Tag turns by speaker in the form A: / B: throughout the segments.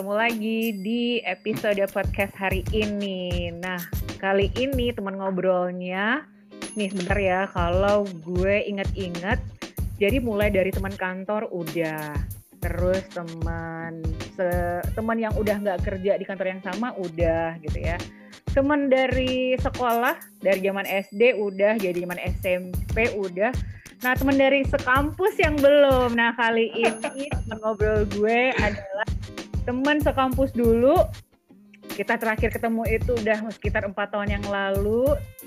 A: ketemu lagi di episode podcast hari ini. Nah, kali ini teman ngobrolnya, nih sebentar ya, kalau gue inget-inget, jadi mulai dari teman kantor udah, terus teman yang udah nggak kerja di kantor yang sama udah gitu ya. Teman dari sekolah, dari zaman SD udah, jadi zaman SMP udah. Nah, teman dari sekampus yang belum. Nah, kali ini teman ngobrol gue adalah teman sekampus dulu. Kita terakhir ketemu itu udah sekitar 4 tahun yang lalu.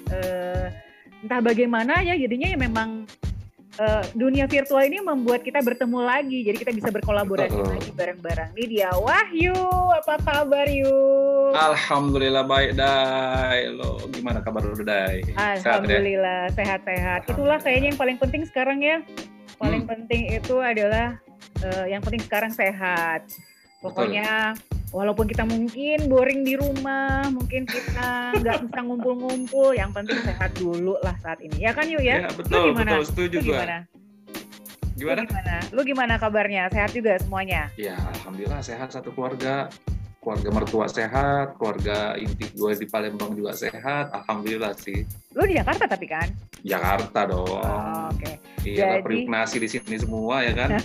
A: Entah bagaimana ya, jadinya ya memang dunia virtual ini membuat kita bertemu lagi. Jadi kita bisa berkolaborasi lagi bareng-bareng. Ini dia Wahyu, apa kabar Yu?
B: Alhamdulillah baik, Dai. Lo gimana kabar lu, Dai?
A: Alhamdulillah sehat-sehat. Itulah kayaknya yang paling penting sekarang ya. Paling penting itu adalah yang penting sekarang sehat. Pokoknya walaupun kita mungkin boring di rumah, mungkin kita nggak bisa ngumpul-ngumpul, yang penting sehat dulu lah saat ini. Ya kan Yu ya?
B: Ya betul, betul, setuju
A: gua.
B: Gimana?
A: Lu gimana kabarnya? Sehat juga semuanya?
B: Ya alhamdulillah sehat satu keluarga. Keluarga mertua sehat, keluarga inti gue di Palembang juga sehat, alhamdulillah sih.
A: Lu di Jakarta tapi kan?
B: Jakarta dong.
A: Oh, oke.
B: Iya, periuk nasi di sini semua ya kan?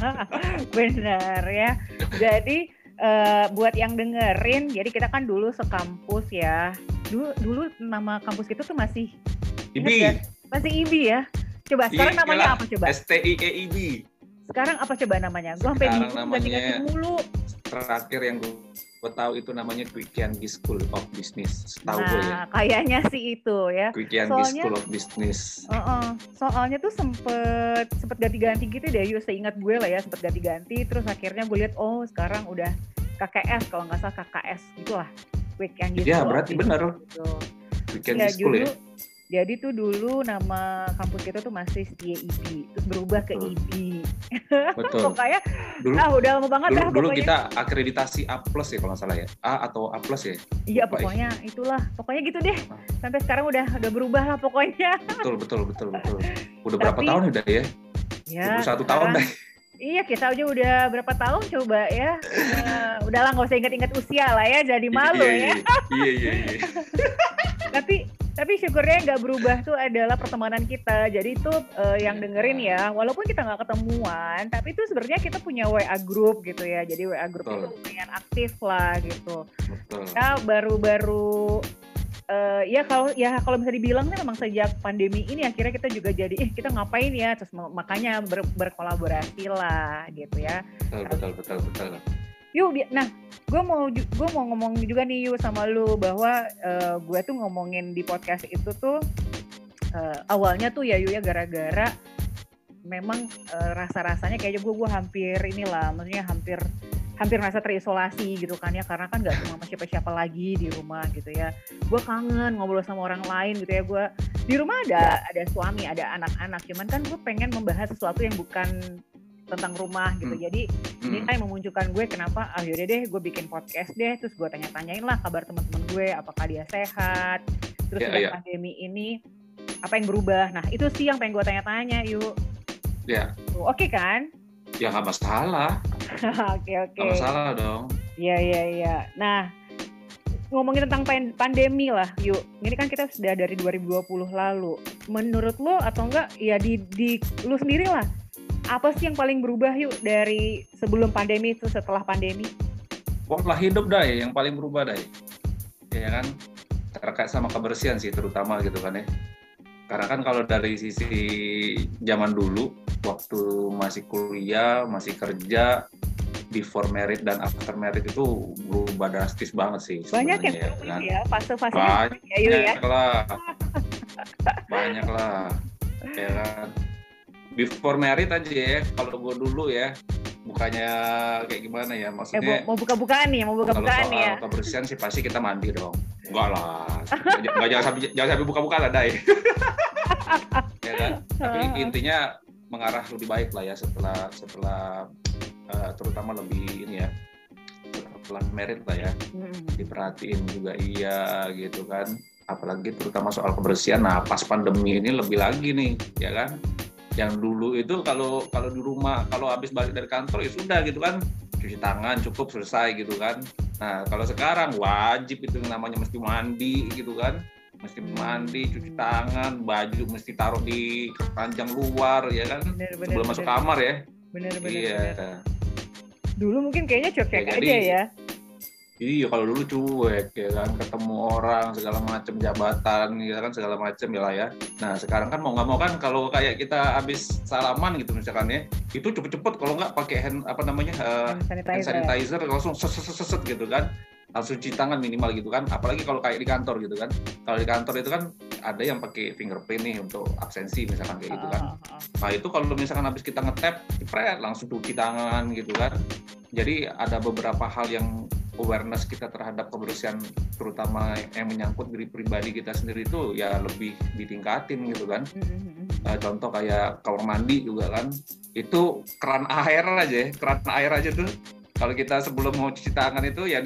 A: Bener ya. Jadi buat yang dengerin, jadi kita kan dulu sekampus ya. Dulu nama kampus kita tuh masih
B: IBI.
A: Masih IBI ya. Coba sekarang namanya apa coba?
B: STIEIB.
A: Sekarang apa coba namanya? Gue sampai bingung ganti-ganti mulu.
B: Terakhir yang gue tahu itu namanya Kwikiangi School of Business. Tahu gue ya.
A: Kayaknya sih itu ya.
B: Kwikiangi School of Business.
A: Soalnya tuh sempet ganti-ganti gitu deh. Seingat gue lah ya, sempet ganti-ganti. Terus akhirnya gue lihat sekarang udah KKS, kalau nggak salah KKS gitulah. Kwikiangi School.
B: Ya berarti benar. Gitu. Kwikiangi School ya.
A: Jadi tuh dulu nama kampus kita tuh masih Setia IB, terus berubah ke IB.
B: Betul.
A: Pokoknya udah lama banget lah.
B: Dulu kita akreditasi A+ ya kalau nggak salah ya, A atau A+ ya.
A: Iya pokoknya itulah, pokoknya gitu deh. Sampai sekarang udah berubah lah pokoknya.
B: Betul. Udah berapa tahun udah ya?
A: Ya
B: 21 tahun dah. Iya,
A: kita aja udah berapa tahun coba ya. Udahlah nggak usah ingat-ingat usia lah ya, jadi malu ya.
B: Iya.
A: Tapi syukurnya nggak berubah tuh adalah pertemanan kita. Jadi itu yang dengerin ya, walaupun kita nggak ketemuan, tapi itu sebenarnya kita punya WA group gitu ya. Jadi WA group itu lumayan aktif lah gitu.
B: Betul.
A: Kita baru kalau bisa dibilang kan memang sejak pandemi ini akhirnya kita juga jadi kita ngapain ya, terus makanya berkolaborasi lah gitu ya.
B: Betul.
A: Nah, gue mau ngomong juga nih Yu sama lu bahwa gue tuh ngomongin di podcast itu tuh awalnya tuh ya Yu ya gara-gara memang rasa-rasanya kayaknya gue hampir maksudnya hampir merasa terisolasi gitu kan ya, karena kan nggak sama siapa-siapa lagi di rumah gitu ya. Gue kangen ngobrol sama orang lain gitu ya. Gue di rumah ada suami, ada anak-anak, cuman kan gue pengen membahas sesuatu yang bukan tentang rumah gitu. Jadi ini kan yang memunculkan gue kenapa yaudah deh gue bikin podcast deh, terus gue tanya-tanyain lah kabar teman-teman gue, apakah dia sehat, terus pandemi ini apa yang berubah. Nah itu sih yang pengen gue tanya-tanya yuk.
B: Ya.
A: Oke kan?
B: Ya nggak masalah.
A: Oke.
B: Nggak masalah dong.
A: Iya. Nah ngomongin tentang pandemi lah yuk. Ini kan kita sudah dari 2020 lalu. Menurut lo atau enggak ya di lo sendiri lah, apa sih yang paling berubah yuk dari sebelum pandemi itu setelah pandemi?
B: Pola hidup Dai yang paling berubah Dai. Ya kan? Terkait sama kebersihan sih terutama gitu kan ya. Karena kan kalau dari sisi zaman dulu waktu masih kuliah, masih kerja, before married dan after married itu berubah drastis banget sih.
A: Banyak ya fase-fasenya ya. Banyak lah. Ya kan? Before married aja ya, kalau gue dulu ya, bukannya kayak gimana ya, maksudnya mau buka-bukaan nih ya.
B: Kalau kebersihan sih pasti kita mandi dong. Enggak lah, jangan sampai buka-bukaan lah Dai. Ya kan? Tapi intinya mengarah lebih baik lah ya setelah terutama lebih ini ya, setelah married lah ya, diperhatiin juga iya gitu kan. Apalagi terutama soal kebersihan. Nah pas pandemi ini lebih lagi nih, ya kan. Yang dulu itu kalau di rumah, kalau habis balik dari kantor ya sudah gitu kan, cuci tangan cukup selesai gitu kan. Nah kalau sekarang wajib itu namanya mesti mandi gitu kan, mesti mandi, cuci tangan, baju mesti taruh di keranjang luar ya kan, sebelum masuk kamar ya.
A: Bener.
B: Iya.
A: Dulu mungkin kayaknya cuek
B: Ya,
A: aja ya.
B: Iya, kalau dulu cuek ya kan, ketemu orang segala macam, jabatan ya kan segala macam ya lah ya. Nah sekarang kan mau nggak mau kan kalau kayak kita habis salaman gitu misalkan ya, itu cepet-cepet kalau nggak pakai hand sanitizer langsung seset gitu kan, langsung cuci tangan minimal gitu kan. Apalagi kalau kayak di kantor gitu kan, kalau di kantor itu kan ada yang pakai fingerprint nih untuk absensi misalkan kayak gitu kan. Nah itu kalau misalkan habis kita nge-tap, langsung cuci tangan gitu kan. Jadi ada beberapa hal yang awareness kita terhadap kebersihan terutama yang menyangkut diri pribadi kita sendiri itu ya lebih ditingkatin gitu kan. Contoh kayak kamar mandi juga kan, itu keran air aja tuh kalau kita sebelum mau cuci tangan itu ya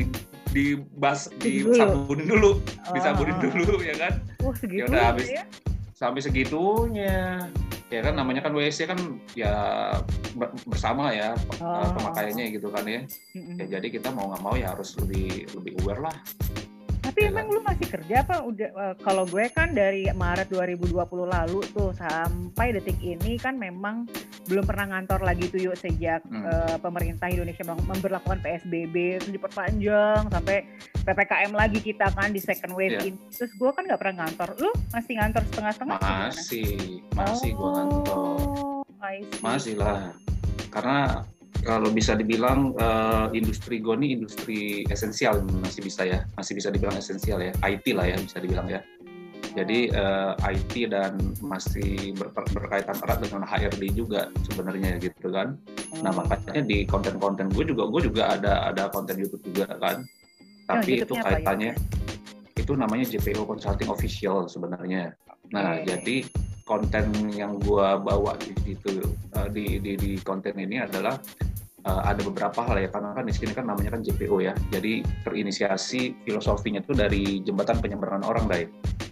B: disabunin dulu ya kan. Ya udah habis sampai segitunya ya kan, namanya kan WC kan ya bersama ya pemakaiannya gitu kan ya. Ya jadi kita mau nggak mau ya harus lebih aware lah.
A: Tapi emang lu masih kerja apa? Udah kalau gue kan dari Maret 2020 lalu tuh sampai detik ini kan memang belum pernah ngantor lagi tuh yuk sejak pemerintah Indonesia memberlakukan PSBB terus diperpanjang sampai PPKM lagi kita kan di second wave ini. Terus gue kan nggak pernah ngantor. Lu masih ngantor setengah-setengah?
B: Masih gue ngantor. Masih lah. Karena kalau bisa dibilang industri gue nih industri esensial, masih bisa dibilang esensial ya, IT lah ya bisa dibilang ya. Jadi IT dan masih berkaitan erat dengan HRD juga sebenarnya gitu kan. Nah makanya di konten-konten gue juga ada konten YouTube juga kan. Tapi itu kaitannya itu namanya JPO Consulting Official sebenarnya. Nah jadi konten yang gue bawa di situ di konten ini adalah ada beberapa hal ya, karena kan di sini kan namanya kan JPO ya. Jadi terinisiasi filosofinya itu dari jembatan penyeberangan orang, Dai.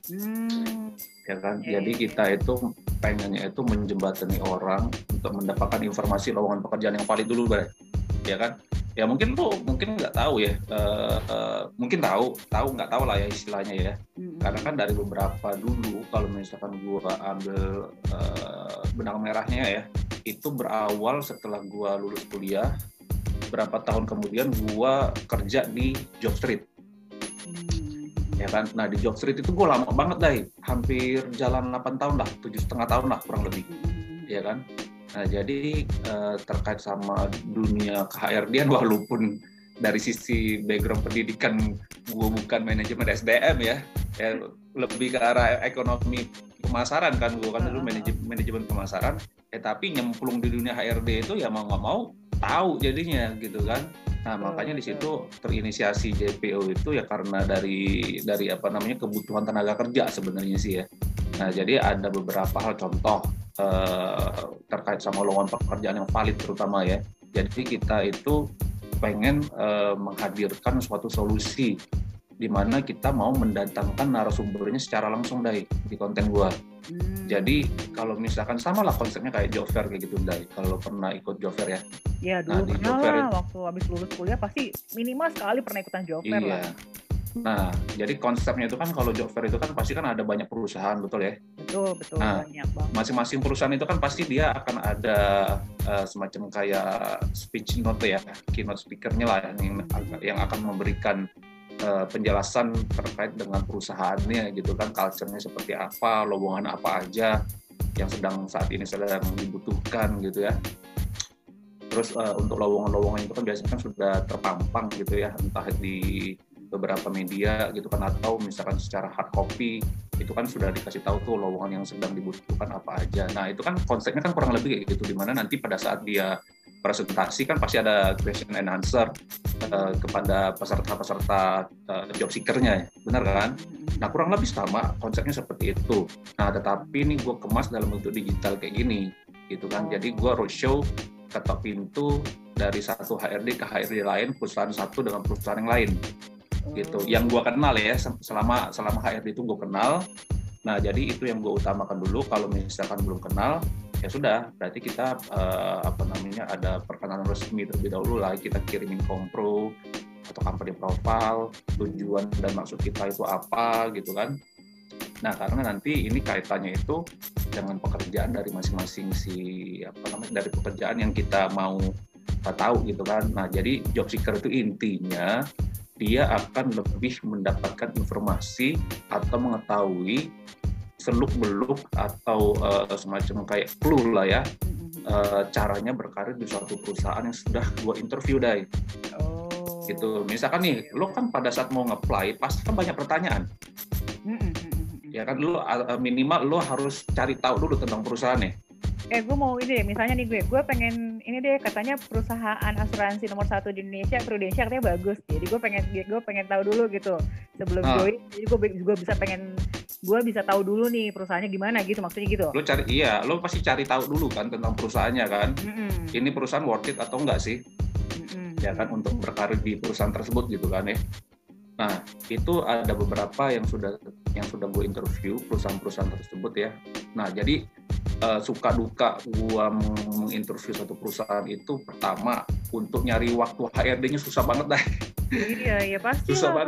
B: Ya kan. Jadi kita itu pengennya itu menjembatani orang untuk mendapatkan informasi lowongan pekerjaan yang valid dulu, Dai. Ya kan. Ya mungkin nggak tahu ya, mungkin tahu nggak tahu lah ya istilahnya ya. Karena kan dari beberapa dulu kalau misalkan gua ambil benang merahnya ya, itu berawal setelah gua lulus kuliah, berapa tahun kemudian gua kerja di Jobstreet. Ya kan. Nah di Jobstreet itu gua lama banget Dai, hampir jalan 8 tahun lah, 7,5 tahun lah kurang lebih. Ya kan. Nah jadi terkait sama dunia ke-HRD-an, walaupun dari sisi background pendidikan gue bukan manajemen SDM ya, lebih ke arah ekonomi pemasaran kan, gue kan dulu manajemen pemasaran, tapi nyemplung di dunia HRD itu ya mau nggak mau tahu jadinya gitu kan. Nah makanya di situ terinisiasi JPO itu ya karena dari kebutuhan tenaga kerja sebenarnya sih ya. Nah jadi ada beberapa hal contoh terkait sama lowongan pekerjaan yang valid terutama ya. Jadi kita itu pengen menghadirkan suatu solusi di mana kita mau mendatangkan narasumbernya secara langsung Dai di konten gua. Jadi kalau misalkan sama lah konsepnya kayak job fair kayak gitu Dai. Kalau pernah ikut job fair ya.
A: Iya dulu pernah lah, waktu habis lulus kuliah pasti minimal sekali pernah ikutan job fair lah.
B: Nah, jadi konsepnya itu kan kalau job fair itu kan pasti kan ada banyak perusahaan, betul ya?
A: Betul,
B: nah,
A: banyak banget.
B: Masing-masing perusahaan itu kan pasti dia akan ada semacam kayak speech note ya, keynote speaker-nya lah yang akan memberikan penjelasan terkait dengan perusahaannya gitu kan, culture-nya seperti apa, lowongan apa aja yang saat ini sedang dibutuhkan gitu ya. Terus untuk lowongan-lowongan itu kan biasanya kan sudah terpampang gitu ya, entah di beberapa media gitu kan, atau misalkan secara hard copy itu kan sudah dikasih tahu tuh lowongan yang sedang dibutuhkan apa aja. Nah itu kan konsepnya kan kurang lebih kayak gitu, dimana nanti pada saat dia presentasi kan pasti ada question and answer kepada peserta job seeker-nya, benar kan? Nah kurang lebih sama konsepnya seperti itu. Nah tetapi ini gue kemas dalam bentuk digital kayak gini gitu kan. Jadi gue roadshow ketok pintu dari satu HRD ke HRD lain, perusahaan satu dengan perusahaan yang lain gitu, yang gue kenal ya, selama HRD itu gue kenal. Nah jadi itu yang gue utamakan dulu. Kalau misalkan belum kenal ya sudah, berarti kita ada perkenalan resmi terlebih dahulu lah, kita kirimin kompro atau company profile, tujuan dan maksud kita itu apa gitu kan. Nah, karena nanti ini kaitannya itu dengan pekerjaan dari masing-masing dari pekerjaan yang kita mau tahu gitu kan. Nah, jadi job seeker itu intinya dia akan lebih mendapatkan informasi atau mengetahui seluk-beluk atau semacam kayak clue lah ya, caranya berkarir di suatu perusahaan yang sudah gua interview, Dai. Gitu. Misalkan nih, lo kan pada saat mau nge-apply pasti kan banyak pertanyaan. Ya kan, lo minimal lo harus cari tahu dulu tentang perusahaannya.
A: Gue mau ini deh, misalnya nih gue pengen ini deh, katanya perusahaan asuransi nomor 1 di Indonesia, Prudensia, katanya bagus. Jadi gue pengen tahu dulu gitu sebelum join. Jadi gue bisa tahu dulu nih perusahaannya gimana gitu, maksudnya gitu.
B: Lo pasti cari tahu dulu kan tentang perusahaannya kan. Ini perusahaan worth it atau enggak sih? Ya kan, untuk berkarir di perusahaan tersebut gitu kan ya. Nah, itu ada beberapa yang sudah gue interview perusahaan-perusahaan tersebut ya. Nah, jadi suka duka gue menginterview satu perusahaan itu, pertama untuk nyari waktu HRD-nya susah banget dah.
A: Iya pasti.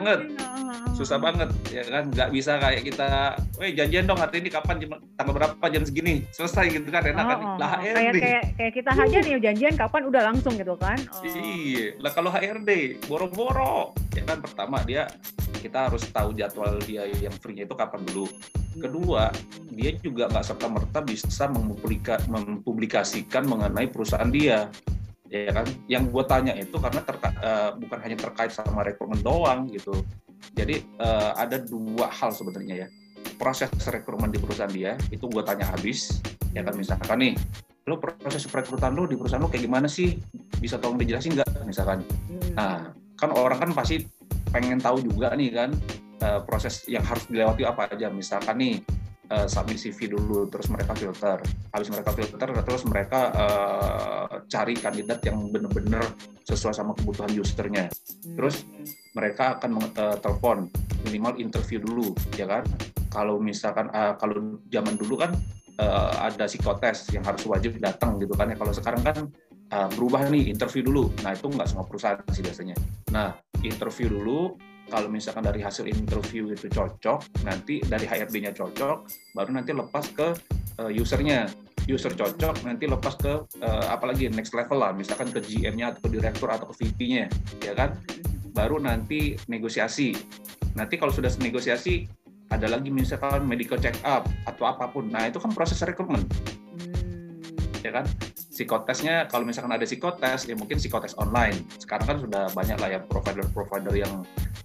B: Susah banget ya kan, nggak bisa kayak kita, janjian dong hari ini kapan, tanggal berapa, jam segini, selesai gitu kan, enak kan. Lah HRD
A: kayak kita aja nih janjian kapan udah langsung gitu kan.
B: Iya lah, kalau HRD boro-boro ya kan. Pertama kita harus tahu jadwal dia yang free-nya itu kapan dulu. Kedua, dia juga nggak serta-merta bisa mempublikasikan mengenai perusahaan dia. Ya kan, yang gue tanya itu karena bukan hanya terkait sama rekrutmen doang gitu. Jadi ada dua hal sebenarnya ya. Proses rekrutmen di perusahaan dia itu gue tanya habis. Ya kan, misalkan nih, lo proses perekrutan lo di perusahaan lo kayak gimana sih? Bisa tolong dijelasin nggak? Misalkan. Nah, kan orang kan pasti pengen tahu juga nih kan, proses yang harus dilewati apa aja. Misalkan nih, submit CV dulu, terus mereka filter. Habis mereka filter, terus mereka cari kandidat yang benar-benar sesuai sama kebutuhan usernya. Terus mereka akan telepon, minimal interview dulu, ya kan? Kalau misalkan kalau zaman dulu kan ada psikotes yang harus wajib datang gitu kan ya. Kalau sekarang kan berubah nih, interview dulu. Nah, itu nggak semua perusahaan sih biasanya. Nah, interview dulu. Kalau misalkan dari hasil interview itu cocok, nanti dari HRD-nya cocok, baru nanti lepas ke usernya. User cocok, nanti lepas ke apalagi next level lah, misalkan ke GM-nya atau ke direktur atau ke VP-nya, ya kan? Baru nanti negosiasi. Nanti kalau sudah negosiasi, ada lagi misalkan medical check up atau apapun. Nah, itu kan proses rekrutmen. Ya kan? Psikotesnya, kalau misalkan ada psikotes, ya mungkin psikotes online. Sekarang kan sudah banyak lah ya provider-provider yang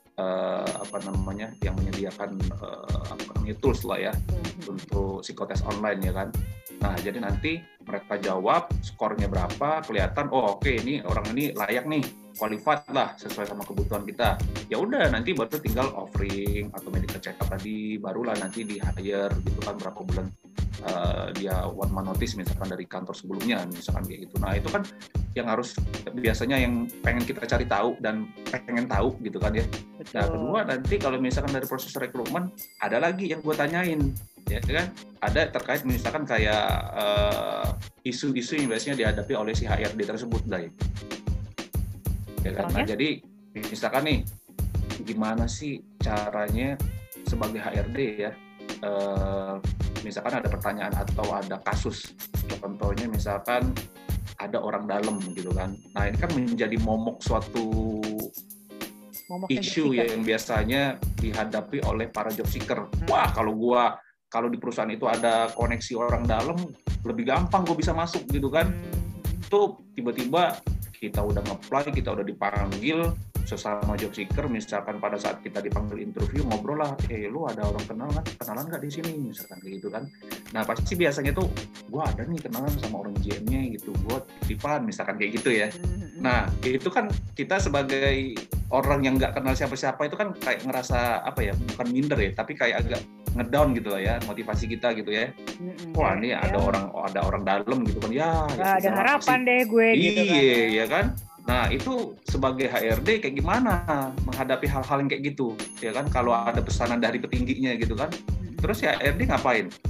B: yang menyediakan tools lah ya untuk psikotes online ya kan. Nah, jadi nanti mereka jawab, skornya berapa, kelihatan, oke, ini orang ini layak nih, qualified lah sesuai sama kebutuhan kita. Ya udah, nanti baru tinggal offering atau medical check up tadi, barulah nanti di hire gitu kan, berapa bulan dia one month notice misalkan dari kantor sebelumnya misalkan kayak gitu. Nah, itu kan yang harus biasanya yang pengen kita cari tahu dan pengen tahu gitu kan ya. Betul. Nah, kedua nanti kalau misalkan dari proses rekrutmen ada lagi yang gue tanyain ya kan, ada terkait misalkan kayak isu-isu yang biasanya dihadapi oleh si HRD tersebut Day. Ya kan? Nah, jadi misalkan nih, gimana sih caranya sebagai HRD ya, misalkan ada pertanyaan atau ada kasus, contohnya misalkan ada orang dalam gitu kan. Nah, ini kan menjadi suatu isu yang biasanya dihadapi oleh para job seeker. Wah, kalau di perusahaan itu ada koneksi orang dalam, lebih gampang gue bisa masuk gitu kan. Itu tiba-tiba kita udah nge-apply, kita udah dipanggil sesama job seeker, misalkan pada saat kita dipanggil interview, ngobrol lah, lu ada orang kenalan nggak di sini, misalkan kayak gitu kan. Nah, pasti biasanya tuh, gue ada nih kenalan sama orang GM-nya gitu, gue titipan, misalkan kayak gitu ya. Nah, itu kan kita sebagai orang yang nggak kenal siapa-siapa itu kan kayak ngerasa, bukan minder ya, tapi kayak agak ngedown gitu lah ya, motivasi kita gitu ya. Wah, ini ada orang dalam gitu kan, ya
A: ada harapan deh gue gitu kan.
B: Iya, ya kan. Nah, itu sebagai HRD kayak gimana menghadapi hal-hal yang kayak gitu, ya kan? Kalau ada pesanan dari petingginya gitu kan, terus ya HRD ngapain?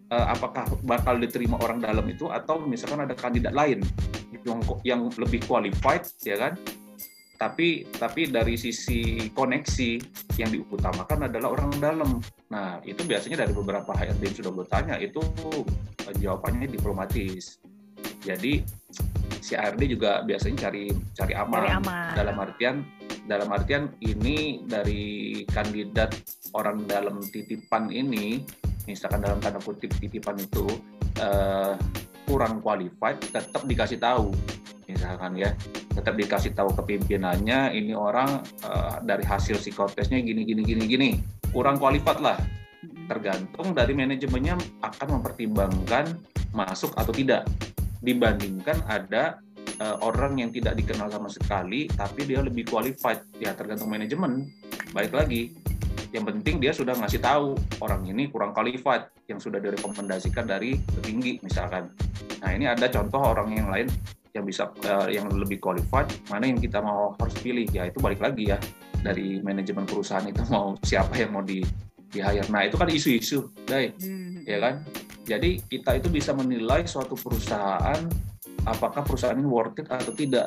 B: apakah bakal diterima orang dalam itu atau misalkan ada kandidat lain yang lebih qualified, ya kan? Tapi dari sisi koneksi yang diutamakan adalah orang dalam. Nah, itu biasanya dari beberapa HRD yang sudah bertanya itu jawabannya diplomatis. Jadi si HRD juga biasanya cari aman. Dalam artian ini dari kandidat orang dalam titipan ini, misalkan dalam tanda kutip titipan itu kurang qualified, tetap dikasih tahu. Misalkan ya, tetap dikasih tahu ke pimpinannya, ini orang dari hasil psikotesnya gini, kurang qualified lah. Tergantung dari manajemennya akan mempertimbangkan masuk atau tidak, dibandingkan ada orang yang tidak dikenal sama sekali tapi dia lebih qualified. Ya tergantung manajemen. Baik lagi, yang penting dia sudah ngasih tahu orang ini kurang qualified, yang sudah direkomendasikan dari petinggi misalkan. Nah, ini ada contoh orang yang lain yang bisa yang lebih qualified, mana yang kita mau harus pilih. Ya itu balik lagi ya dari manajemen perusahaan itu mau siapa yang mau di hire. Nah, itu kan isu-isu, Day. Ya kan? Jadi kita itu bisa menilai suatu perusahaan apakah perusahaan ini worth it atau tidak.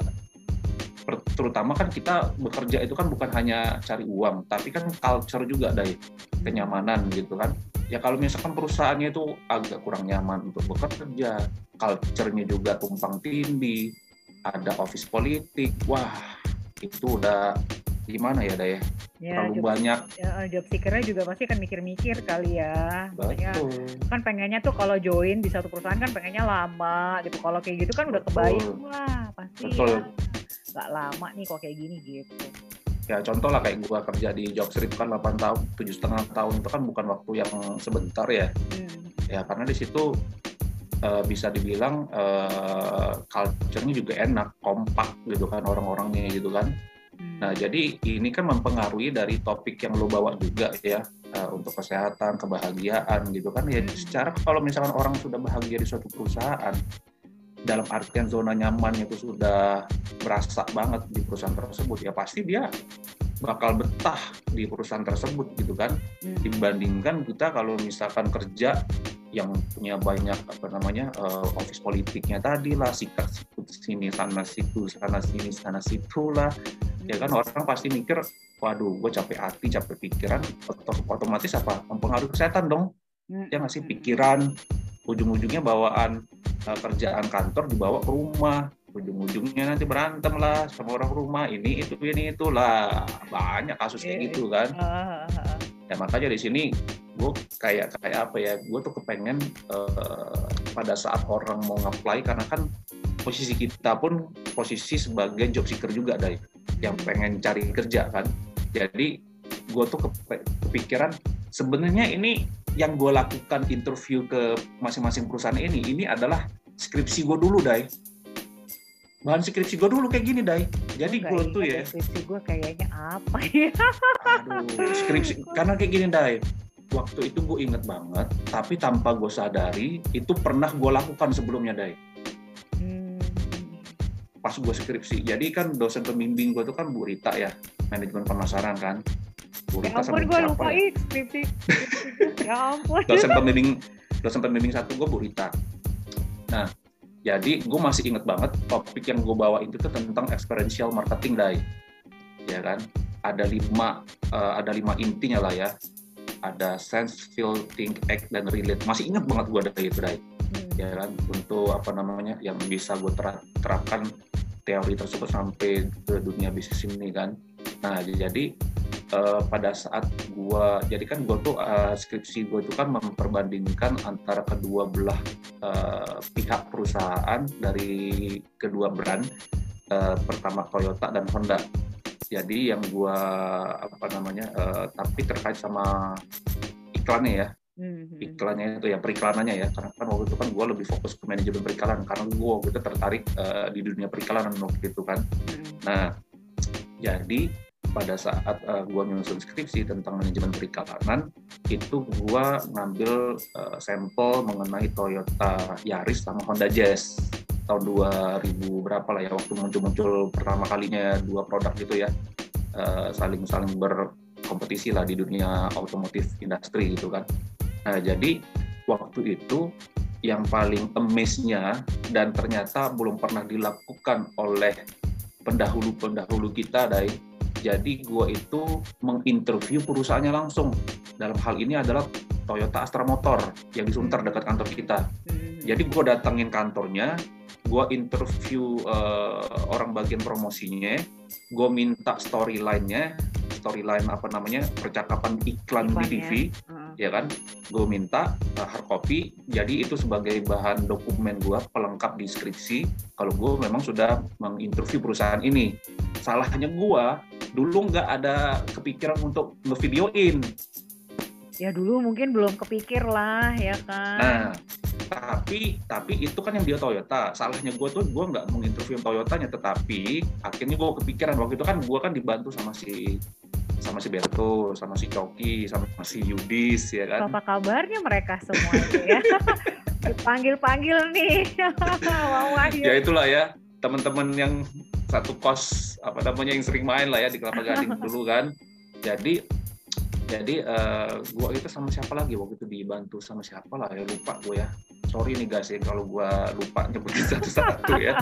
B: Terutama kan kita bekerja itu kan bukan hanya cari uang, tapi kan culture juga, Day. Kenyamanan gitu kan. Ya kalau misalkan perusahaannya itu agak kurang nyaman untuk bekerja, culture-nya juga tumpang tindih, ada office politik, wah itu udah gimana ya, Day? Terlalu banyak.
A: Job seeker-nya juga pasti kan mikir-mikir kali ya.
B: Betul.
A: Kan pengennya tuh kalau join di satu perusahaan kan pengennya lama gitu. Kalau kayak gitu kan udah kebayang lah pasti. Betul. Ya, nggak lama nih kok kayak gini gitu.
B: Ya contoh lah kayak gue kerja di Jobstreet kan 8 tahun, 7,5 tahun itu kan bukan waktu yang sebentar ya. Ya karena di situ bisa dibilang culture-nya juga enak, kompak gitu kan orang-orangnya gitu kan. Nah jadi ini kan mempengaruhi dari topik yang lo bawa juga ya, untuk kesehatan, kebahagiaan gitu kan. Ya secara kalau misalkan orang sudah bahagia di suatu perusahaan, dalam artian zona nyamannya itu sudah berasa banget di perusahaan tersebut, ya pasti dia bakal betah di perusahaan tersebut gitu kan. Dibandingkan kita kalau misalkan kerja yang punya banyak office politiknya tadi lah, sikat sini sana situ, sana sini sana situ lah, ya kan orang pasti mikir, waduh gue capek hati, capek pikiran, otomatis apa mempengaruhi kesehatan dong. Ya nggak sih, pikiran, ujung-ujungnya bawaan kerjaan kantor dibawa ke rumah, ujung-ujungnya nanti berantem lah sama orang rumah, ini itulah, banyak kasus kayak gitu kan. Ya makanya di sini gue kayak apa ya, gue tuh kepengen pada saat orang mau nge-apply, karena kan posisi kita pun posisi sebagai job seeker juga, Day, yang pengen cari kerja kan. Jadi gue tuh kepikiran sebenarnya ini yang gue lakukan interview ke masing-masing perusahaan ini adalah skripsi gue dulu, Day. Bahan skripsi gue dulu kayak gini, Day. Jadi gue tuh ya.
A: Skripsi gue kayaknya apa ya?
B: Aduh, skripsi. Karena kayak gini, Day. Waktu itu gue inget banget, tapi tanpa gue sadari, itu pernah gue lakukan sebelumnya, Day. Pas gue skripsi. Jadi kan dosen pembimbing gue tuh kan Bu Rita ya, manajemen pemasaran kan.
A: Ya ampun, gue lupa skripsi. Ya ampun.
B: Dosen pembimbing satu gue Bu Rita. Nah, jadi gue masih inget banget topik yang gue bawa itu tuh tentang experiential marketing, Day. Ya kan? Ada lima intinya lah ya. Ada sense, feel, think, act, dan relate. Masih inget banget gue dari itu, Day. Ya kan? Untuk yang bisa gue terapkan teori tersebut sampai ke dunia bisnis ini kan. Nah, jadi pada saat gue tuh skripsi gue itu kan memperbandingkan antara kedua belah pihak perusahaan dari kedua brand, pertama Toyota dan Honda. Jadi yang gue tapi terkait sama iklannya ya, iklannya itu ya, periklanannya ya, karena kan waktu itu kan gue lebih fokus ke manajemen periklanan karena gue waktu itu tertarik di dunia periklanan waktu itu kan. Nah, jadi pada saat gue nyusun skripsi tentang manajemen periklanan, itu gue ngambil sampel mengenai Toyota Yaris sama Honda Jazz tahun 2000 berapa lah ya, waktu muncul pertama kalinya dua produk gitu ya, saling berkompetisi lah di dunia otomotif industri gitu kan. Nah, jadi waktu itu yang paling amaze-nya dan ternyata belum pernah dilakukan oleh pendahulu kita, Dai. Jadi gue itu menginterview perusahaannya langsung. Dalam hal ini adalah Toyota Astra Motor yang di Sunter dekat kantor kita. Jadi gue datangin kantornya, gue interview orang bagian promosinya, gue minta storyline percakapan iklan di TV, ya kan? Gue minta hard copy, jadi itu sebagai bahan dokumen gue pelengkap deskripsi kalau gue memang sudah menginterview perusahaan ini. Salahnya gue dulu nggak ada kepikiran untuk ngevideoin.
A: Ya dulu mungkin belum kepikir lah, ya kan?
B: Nah, tapi itu kan yang dia Toyota. Salahnya gue nggak menginterview Toyotanya, tetapi akhirnya gue kepikiran waktu itu kan gue kan dibantu sama si Berto, sama si Coki, sama si Yudis, ya kan?
A: Apa kabarnya mereka semua itu ya? Dipanggil-panggil nih.
B: Ya itulah ya, teman-teman yang satu kos yang sering main lah ya di Kelapa Gading dulu kan. Jadi gue itu sama siapa lagi waktu itu dibantu sama siapa lah ya, lupa gue ya. Sorry nih guys ya kalau gue lupa nyebutin satu-satu ya.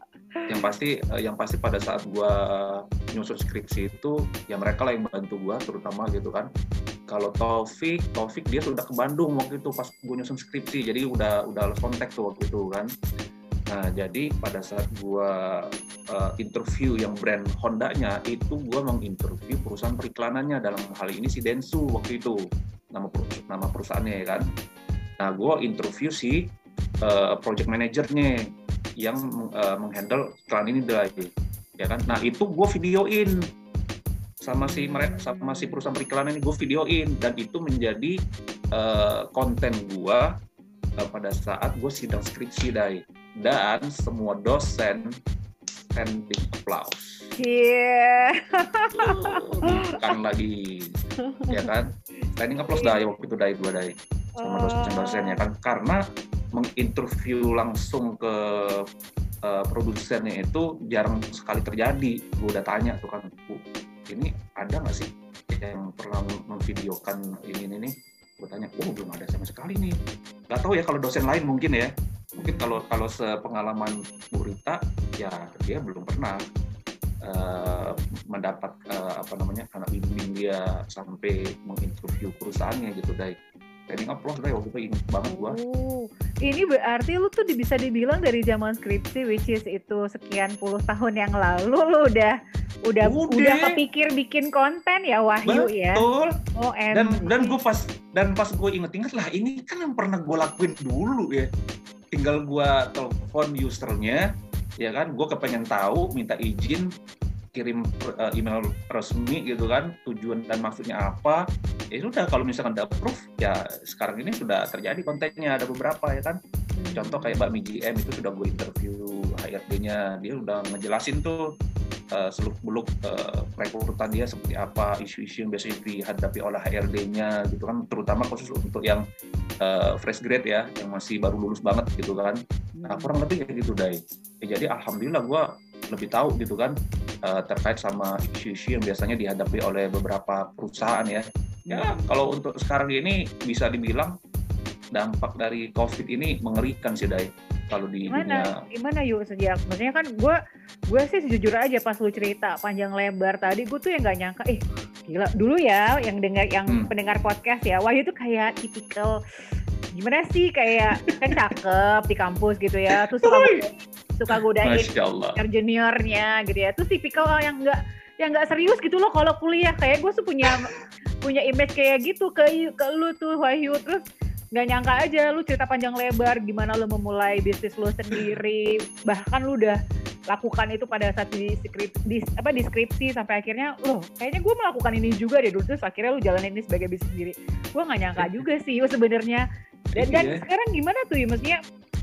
B: Yang pasti pada saat gue nyusun skripsi itu ya mereka lah yang bantu gue terutama gitu kan. Kalau Taufik dia sudah ke Bandung waktu itu pas gue nyusun skripsi, jadi udah lost contact tuh waktu itu kan. Nah jadi pada saat gue interview yang brand Honda-nya itu gue menginterview perusahaan periklanannya, dalam hal ini si Densu waktu itu nama perusahaannya ya kan. Nah gue interview si project manajernya yang menghandle iklan ini ya kan. Nah itu gue videoin sama si perusahaan periklanan ini, gue videoin, dan itu menjadi konten gue pada saat gue sidang skripsi dan semua dosen standing applause.
A: Iya.
B: Bukan lagi, ya kan? Standing applause waktu itu gue sama dosen-dosennya kan, karena menginterview langsung ke produsennya itu jarang sekali terjadi. Gue udah tanya tuh kan, Bu, ini ada nggak sih yang pernah memvideokan ini nih? Gue tanya, belum ada sama sekali nih. Nggak tahu ya kalau dosen lain mungkin ya. Mungkin kalau sepengalaman Bu Rita, ya dia belum pernah mendapat anak bimbing dia sampai menginterview perusahaannya gitu, Standing applause waktu itu ingat banget gua.
A: Ini berarti lu tuh bisa dibilang dari zaman skripsi, which is itu sekian puluh tahun yang lalu lu udah kepikir bikin konten ya, Wahyu.
B: Betul.
A: Ya. Oh,
B: dan pas gue inget-inget lah, ini kan yang pernah gue lakuin dulu ya. Tinggal gue telepon usernya, ya kan, gue kepengen tahu, minta izin, kirim email resmi gitu kan, tujuan dan maksudnya apa. Ya sudah, kalau misalkan udah approve, ya sekarang ini sudah terjadi kontennya, ada beberapa ya kan. Contoh kayak Mbak MGM itu sudah gue interview HRD-nya, dia udah ngejelasin tuh seluk-beluk rekrutan dia seperti apa, isu-isu yang biasanya dihadapi oleh HRD-nya gitu kan, terutama khusus untuk yang fresh grade ya, yang masih baru lulus banget gitu kan. Nah kurang lebih kayak gitu jadi alhamdulillah gue lebih tahu gitu kan terkait sama isu-isu yang biasanya dihadapi oleh beberapa perusahaan ya. Ya kalau untuk sekarang ini bisa dibilang dampak dari COVID ini mengerikan sih kalau di
A: gimana yuk sejak, maksudnya kan gue sih jujur aja pas lu cerita panjang lebar tadi, gue tuh yang nggak nyangka, gila dulu ya yang pendengar podcast ya, Wahyu tuh kayak tipikal gimana sih, kayak kan cakep di kampus gitu ya, terus suka godain juniornya gitu ya, terus tipikal yang nggak serius gitu loh kalau kuliah. Kayak gue tuh punya image kayak gitu ke lu tuh, Wahyu. Terus nggak nyangka aja lu cerita panjang lebar gimana lu memulai bisnis lu sendiri, bahkan lu udah lakukan itu pada saat deskripsi sampai akhirnya kayaknya gue melakukan ini juga deh dulu, terus akhirnya lu jalanin ini sebagai bisnis sendiri. Gue nggak nyangka juga sih sebenarnya. Dan sekarang gimana tuh ya, maksudnya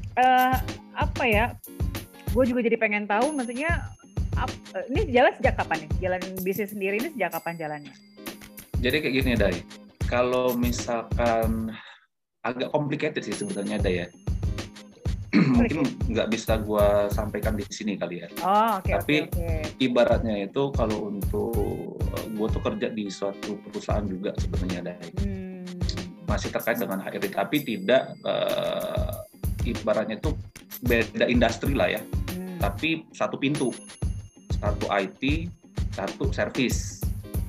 A: gue juga jadi pengen tahu, maksudnya ini jalan sejak kapan nih? Jalan bisnis sendiri ini sejak kapan jalannya?
B: Jadi kayak gini kalau misalkan agak complicated sih sebenarnya ya. Mungkin nggak bisa gue sampaikan di sini kali ya. Tapi ibaratnya itu kalau untuk gue tuh kerja di suatu perusahaan juga sebenarnya masih terkait dengan HRD, tapi tidak ibaratnya itu beda industri lah ya, tapi satu pintu, satu IT, satu service.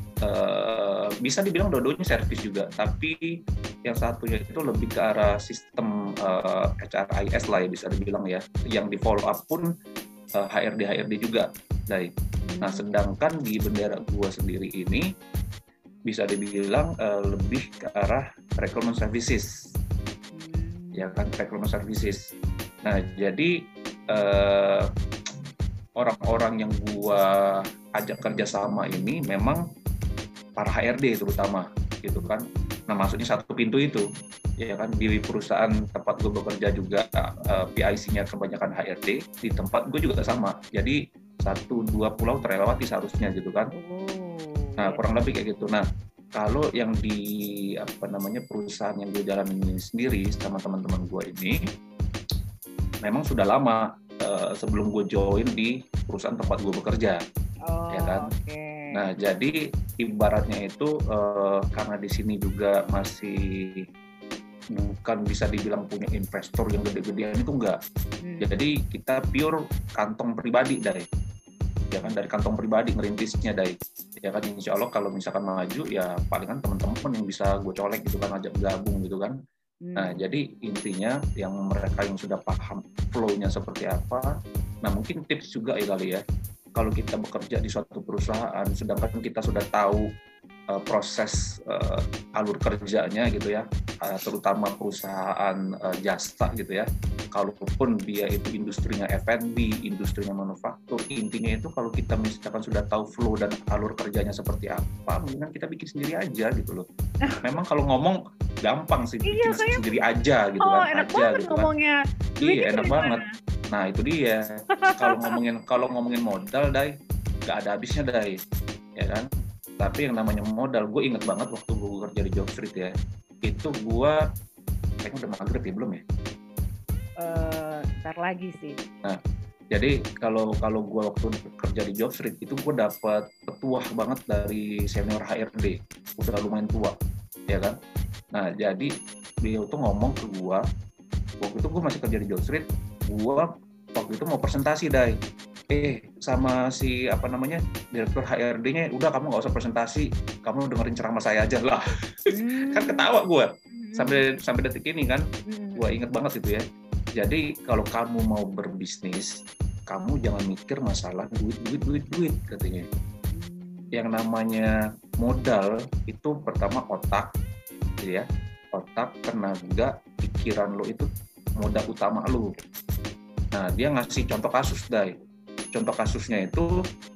B: Bisa dibilang dua-duanya service juga, tapi yang satunya itu lebih ke arah sistem HRIS lah ya, bisa dibilang ya, yang di follow up pun HRD juga. Nah, sedangkan di bendera gua sendiri ini bisa dibilang lebih ke arah recruitment services, ya kan, recruitment services. Nah, jadi orang-orang yang gua ajak kerjasama ini memang para HRD terutama, gitu kan. Nah, maksudnya satu pintu itu, ya kan, di perusahaan tempat gue bekerja juga PIC-nya kebanyakan HRD, di tempat gue juga sama. Jadi 1-2 pulau terlewati seharusnya gitu kan. Nah, kurang lebih kayak gitu. Nah, kalau yang di perusahaan yang gue jalanin ini sendiri sama teman-teman gue ini, memang sudah lama sebelum gue join di perusahaan tempat gue bekerja, ya kan. Nah, jadi ibaratnya itu karena di sini juga masih bukan bisa dibilang punya investor yang gede-gedean, itu enggak. Jadi kita pure kantong pribadi, Dai. Ya kan, dari kantong pribadi ngerintisnya, Dai. Ya kan, insya Allah kalau misalkan maju ya palingan teman-teman yang bisa gue colek gitu kan, ajak gabung gitu kan. Nah, jadi intinya yang mereka yang sudah paham flow-nya seperti apa. Nah, mungkin tips juga ya kali ya. Kalau kita bekerja di suatu perusahaan, sedangkan kita sudah tahu proses alur kerjanya gitu ya, terutama perusahaan jasa gitu ya. Kalaupun dia itu industrinya F&B, industrinya manufaktur, intinya itu kalau kita misalkan sudah tahu flow dan alur kerjanya seperti apa, mendingan kita bikin sendiri aja gitu loh. Memang kalau ngomong gampang sih, bikin sendiri aja gitu kan.
A: Enak aja, banget gitu ngomongnya.
B: Kan. Iya, enak banget. Nah, itu dia. Kalau ngomongin modal, Dai, nggak ada habisnya, Dai. Ya kan? Tapi yang namanya modal, gue inget banget waktu gue kerja di Jobstreet ya. Itu gue kayaknya udah maghrib ya, belum ya?
A: Ntar lagi sih.
B: Nah, jadi kalau gue waktu kerja di Jobstreet itu gue dapat petuah banget dari senior HRD, udah lumayan tua, ya kan? Nah, jadi beliau tuh ngomong ke gue, waktu itu gue masih kerja di Jobstreet, gue waktu itu mau presentasi, Dai. Sama si direktur HRD-nya, udah kamu nggak usah presentasi, kamu dengerin ceramah saya aja lah. Kan ketawa gue sampai detik ini kan, gue inget banget itu ya. Jadi kalau kamu mau berbisnis, kamu jangan mikir masalah duit katanya. Yang namanya modal itu pertama otak, ya, otak, tenaga, pikiran lo itu modal utama lo. Nah, dia ngasih contoh kasus, Dai. Contoh kasusnya itu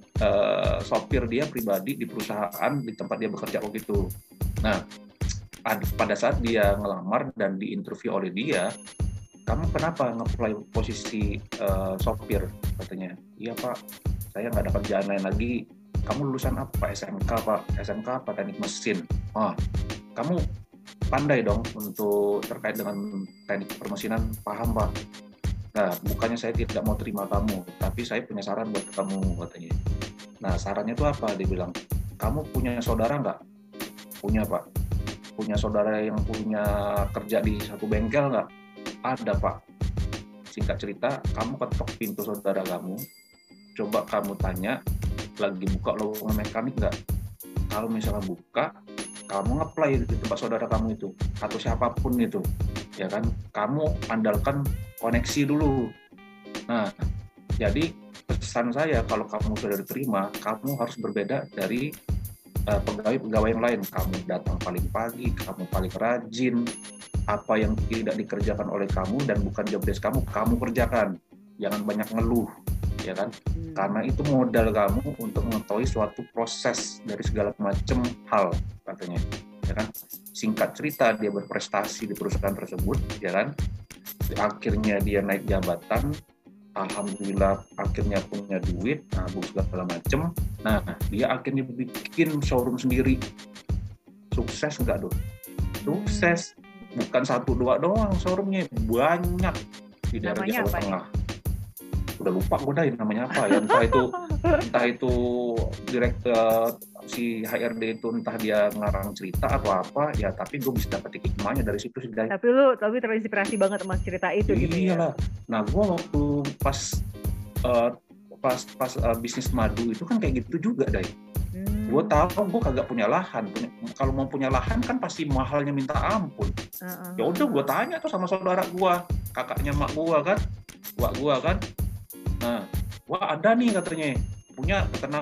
B: sopir dia pribadi di perusahaan di tempat dia bekerja begitu. Nah, pada saat dia ngelamar dan diinterview oleh dia, kamu kenapa nge-apply posisi sopir? Katanya, iya Pak, saya nggak ada kerjaan lain lagi. Kamu lulusan apa? SMK Pak? SMK apa? Teknik mesin. Kamu pandai dong untuk terkait dengan teknik permesinan, paham Pak? Nah, bukannya saya tidak mau terima kamu, tapi saya punya saran buat kamu, katanya. Nah, sarannya itu apa? Dia bilang, kamu punya saudara nggak? Punya, Pak. Punya saudara yang punya kerja di satu bengkel nggak? Ada, Pak. Singkat cerita, kamu ketok pintu saudara kamu, coba kamu tanya, lagi buka lowongan mekanik nggak? Kalau misalnya buka, kamu nge-apply di tempat saudara kamu itu, atau siapapun itu, ya kan? Kamu andalkan koneksi dulu. Nah, jadi pesan saya, kalau kamu sudah diterima, kamu harus berbeda dari pegawai-pegawai yang lain. Kamu datang paling pagi, kamu paling rajin, apa yang tidak dikerjakan oleh kamu dan bukan job desk kamu kerjakan. Jangan banyak ngeluh, ya kan? Karena itu modal kamu untuk mengetahui suatu proses dari segala macam hal, katanya, ya kan? Singkat cerita, dia berprestasi di perusahaan tersebut, ya kan? Akhirnya dia naik jabatan, alhamdulillah akhirnya punya duit, nabung segala macem. Nah, dia akhirnya bikin showroom sendiri. Sukses nggak, Dok? Sukses. Bukan 1-2 doang showroomnya, banyak di daerah Jawa Tengah. Udah lupa gue dah namanya apa ya, entah itu direktur si HRD itu entah dia ngarang cerita atau apa ya, tapi gue bisa dapet hikmahnya dari situ sih.
A: Tapi terinspirasi banget sama cerita itu gitu ya.
B: Iyalah. Nah gue waktu pas bisnis madu itu kan kayak gitu juga, Dai. Gue tahu gue kagak punya lahan. Kalau mau punya lahan kan pasti mahalnya minta ampun. Ya udah gue tanya tuh sama saudara gue, kakaknya mak gue kan, wak gue kan. Nah, wah ada nih katanya, punya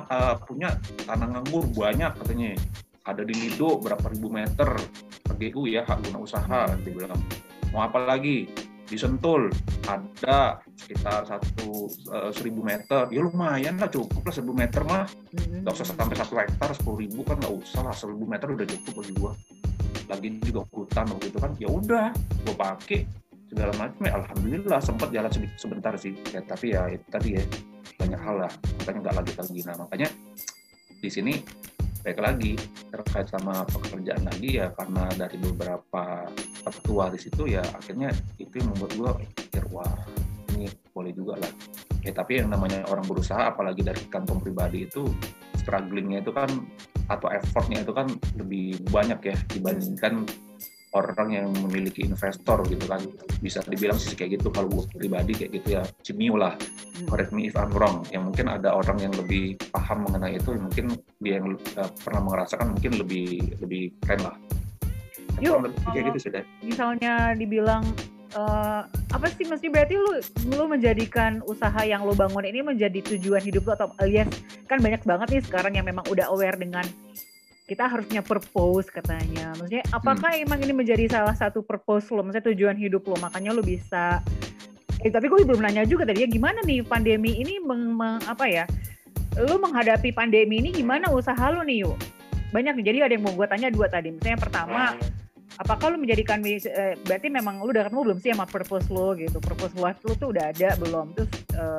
B: tanah nganggur banyak katanya. Ada di Lido berapa ribu meter, HGU ya, hak guna usaha, dia bilang. Mau apa lagi? Di Sentul ada sekitar 1.000 meter, ya lumayan lah, cukup lah 1.000 meter mah, nggak usah sampai 1 hektar, 10.000 kan nggak usah lah, 1.000 meter udah cukup bagi gua. Lagi juga hutan waktu itu kan, ya udah gua pakai segala macam, ya alhamdulillah sempat jalan sebentar sih, ya tapi ya itu tadi ya banyak hal lah, makanya nggak lagi. Nah makanya di sini baik lagi terkait sama pekerjaan lagi ya, karena dari beberapa ketua di situ ya akhirnya itu yang membuat gue pikir wah ini boleh juga lah ya. Tapi yang namanya orang berusaha apalagi dari kantong pribadi itu strugglingnya itu kan atau effortnya itu kan lebih banyak ya dibandingkan orang yang memiliki investor gitu kan. Bisa dibilang sih kayak gitu kalau gue pribadi kayak gitu ya, cemil lah, correct me if I'm wrong. Yang mungkin ada orang yang lebih paham mengenai itu, mungkin dia yang pernah merasakan mungkin lebih keren lah.
A: Yuk,
B: kayak gitu sudah.
A: Misalnya dibilang apa sih, mesti berarti lu menjadikan usaha yang lu bangun ini menjadi tujuan hidup lu, atau alias kan banyak banget nih sekarang yang memang udah aware dengan kita harusnya purpose katanya. Maksudnya apakah emang ini menjadi salah satu purpose lo, maksudnya tujuan hidup lo, makanya lo bisa. Tapi gue belum nanya juga tadi ya, gimana nih pandemi ini apa ya? Lo menghadapi pandemi ini gimana usaha lo nih, yuk? Banyak nih, jadi ada yang mau gue tanya 2 tadi. Misalnya yang pertama, apakah lo menjadikan berarti memang lo udah ketemu belum sih sama purpose lo gitu? Purpose lo tuh udah ada belum? Terus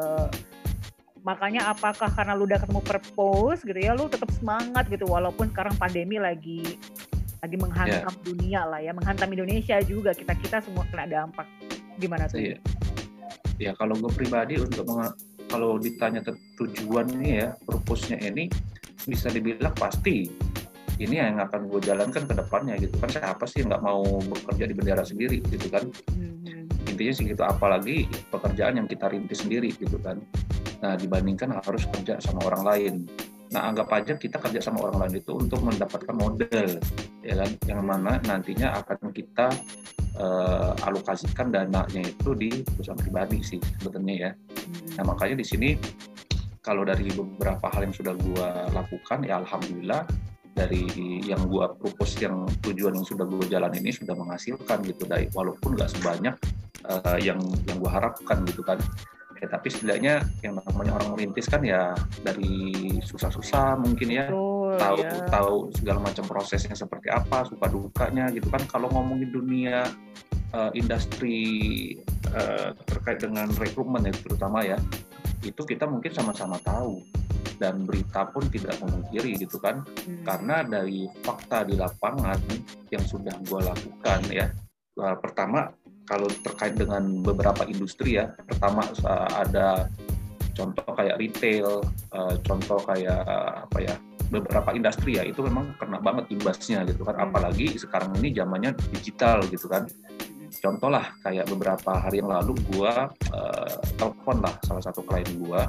A: makanya apakah karena lu udah ketemu purpose gitu ya, lu tetap semangat gitu walaupun sekarang pandemi lagi menghantam dunia lah ya, menghantam Indonesia juga, kita semua kena dampak. Gimana tuh?
B: Ya kalau gue pribadi kalau ditanya tujuan ini ya, purpose-nya ini bisa dibilang pasti ini yang akan gue jalankan ke depannya gitu kan. Siapa sih yang nggak mau bekerja di bendera sendiri gitu kan. Intinya sih gitu, apalagi pekerjaan yang kita rintis sendiri gitu kan. Nah, dibandingkan harus kerja sama orang lain. Nah, anggap aja kita kerja sama orang lain itu untuk mendapatkan modal, ya kan, yang mana nantinya akan kita alokasikan dananya itu di perusahaan pribadi sih sebetulnya ya. Nah, makanya di sini kalau dari beberapa hal yang sudah gue lakukan, ya alhamdulillah dari yang gue propose, yang tujuan yang sudah gue jalan ini sudah menghasilkan gitu, dari walaupun nggak sebanyak yang gue harapkan gitu kan. Ya, tapi setidaknya yang namanya orang merintis kan ya dari susah-susah mungkin ya. Tahu segala macam prosesnya seperti apa, suka dukanya gitu kan. Kalau ngomongin dunia industri terkait dengan rekrutmen ya terutama ya, itu kita mungkin sama-sama tahu dan berita pun tidak memungkiri gitu kan. Karena dari fakta di lapangan yang sudah gue lakukan ya, pertama kalau terkait dengan beberapa industri ya, pertama ada contoh kayak retail, contoh kayak apa ya, beberapa industri ya, itu memang kena banget imbasnya gitu kan. Apalagi sekarang ini zamannya digital gitu kan. Contoh lah kayak beberapa hari yang lalu gua telepon lah salah satu klien gua.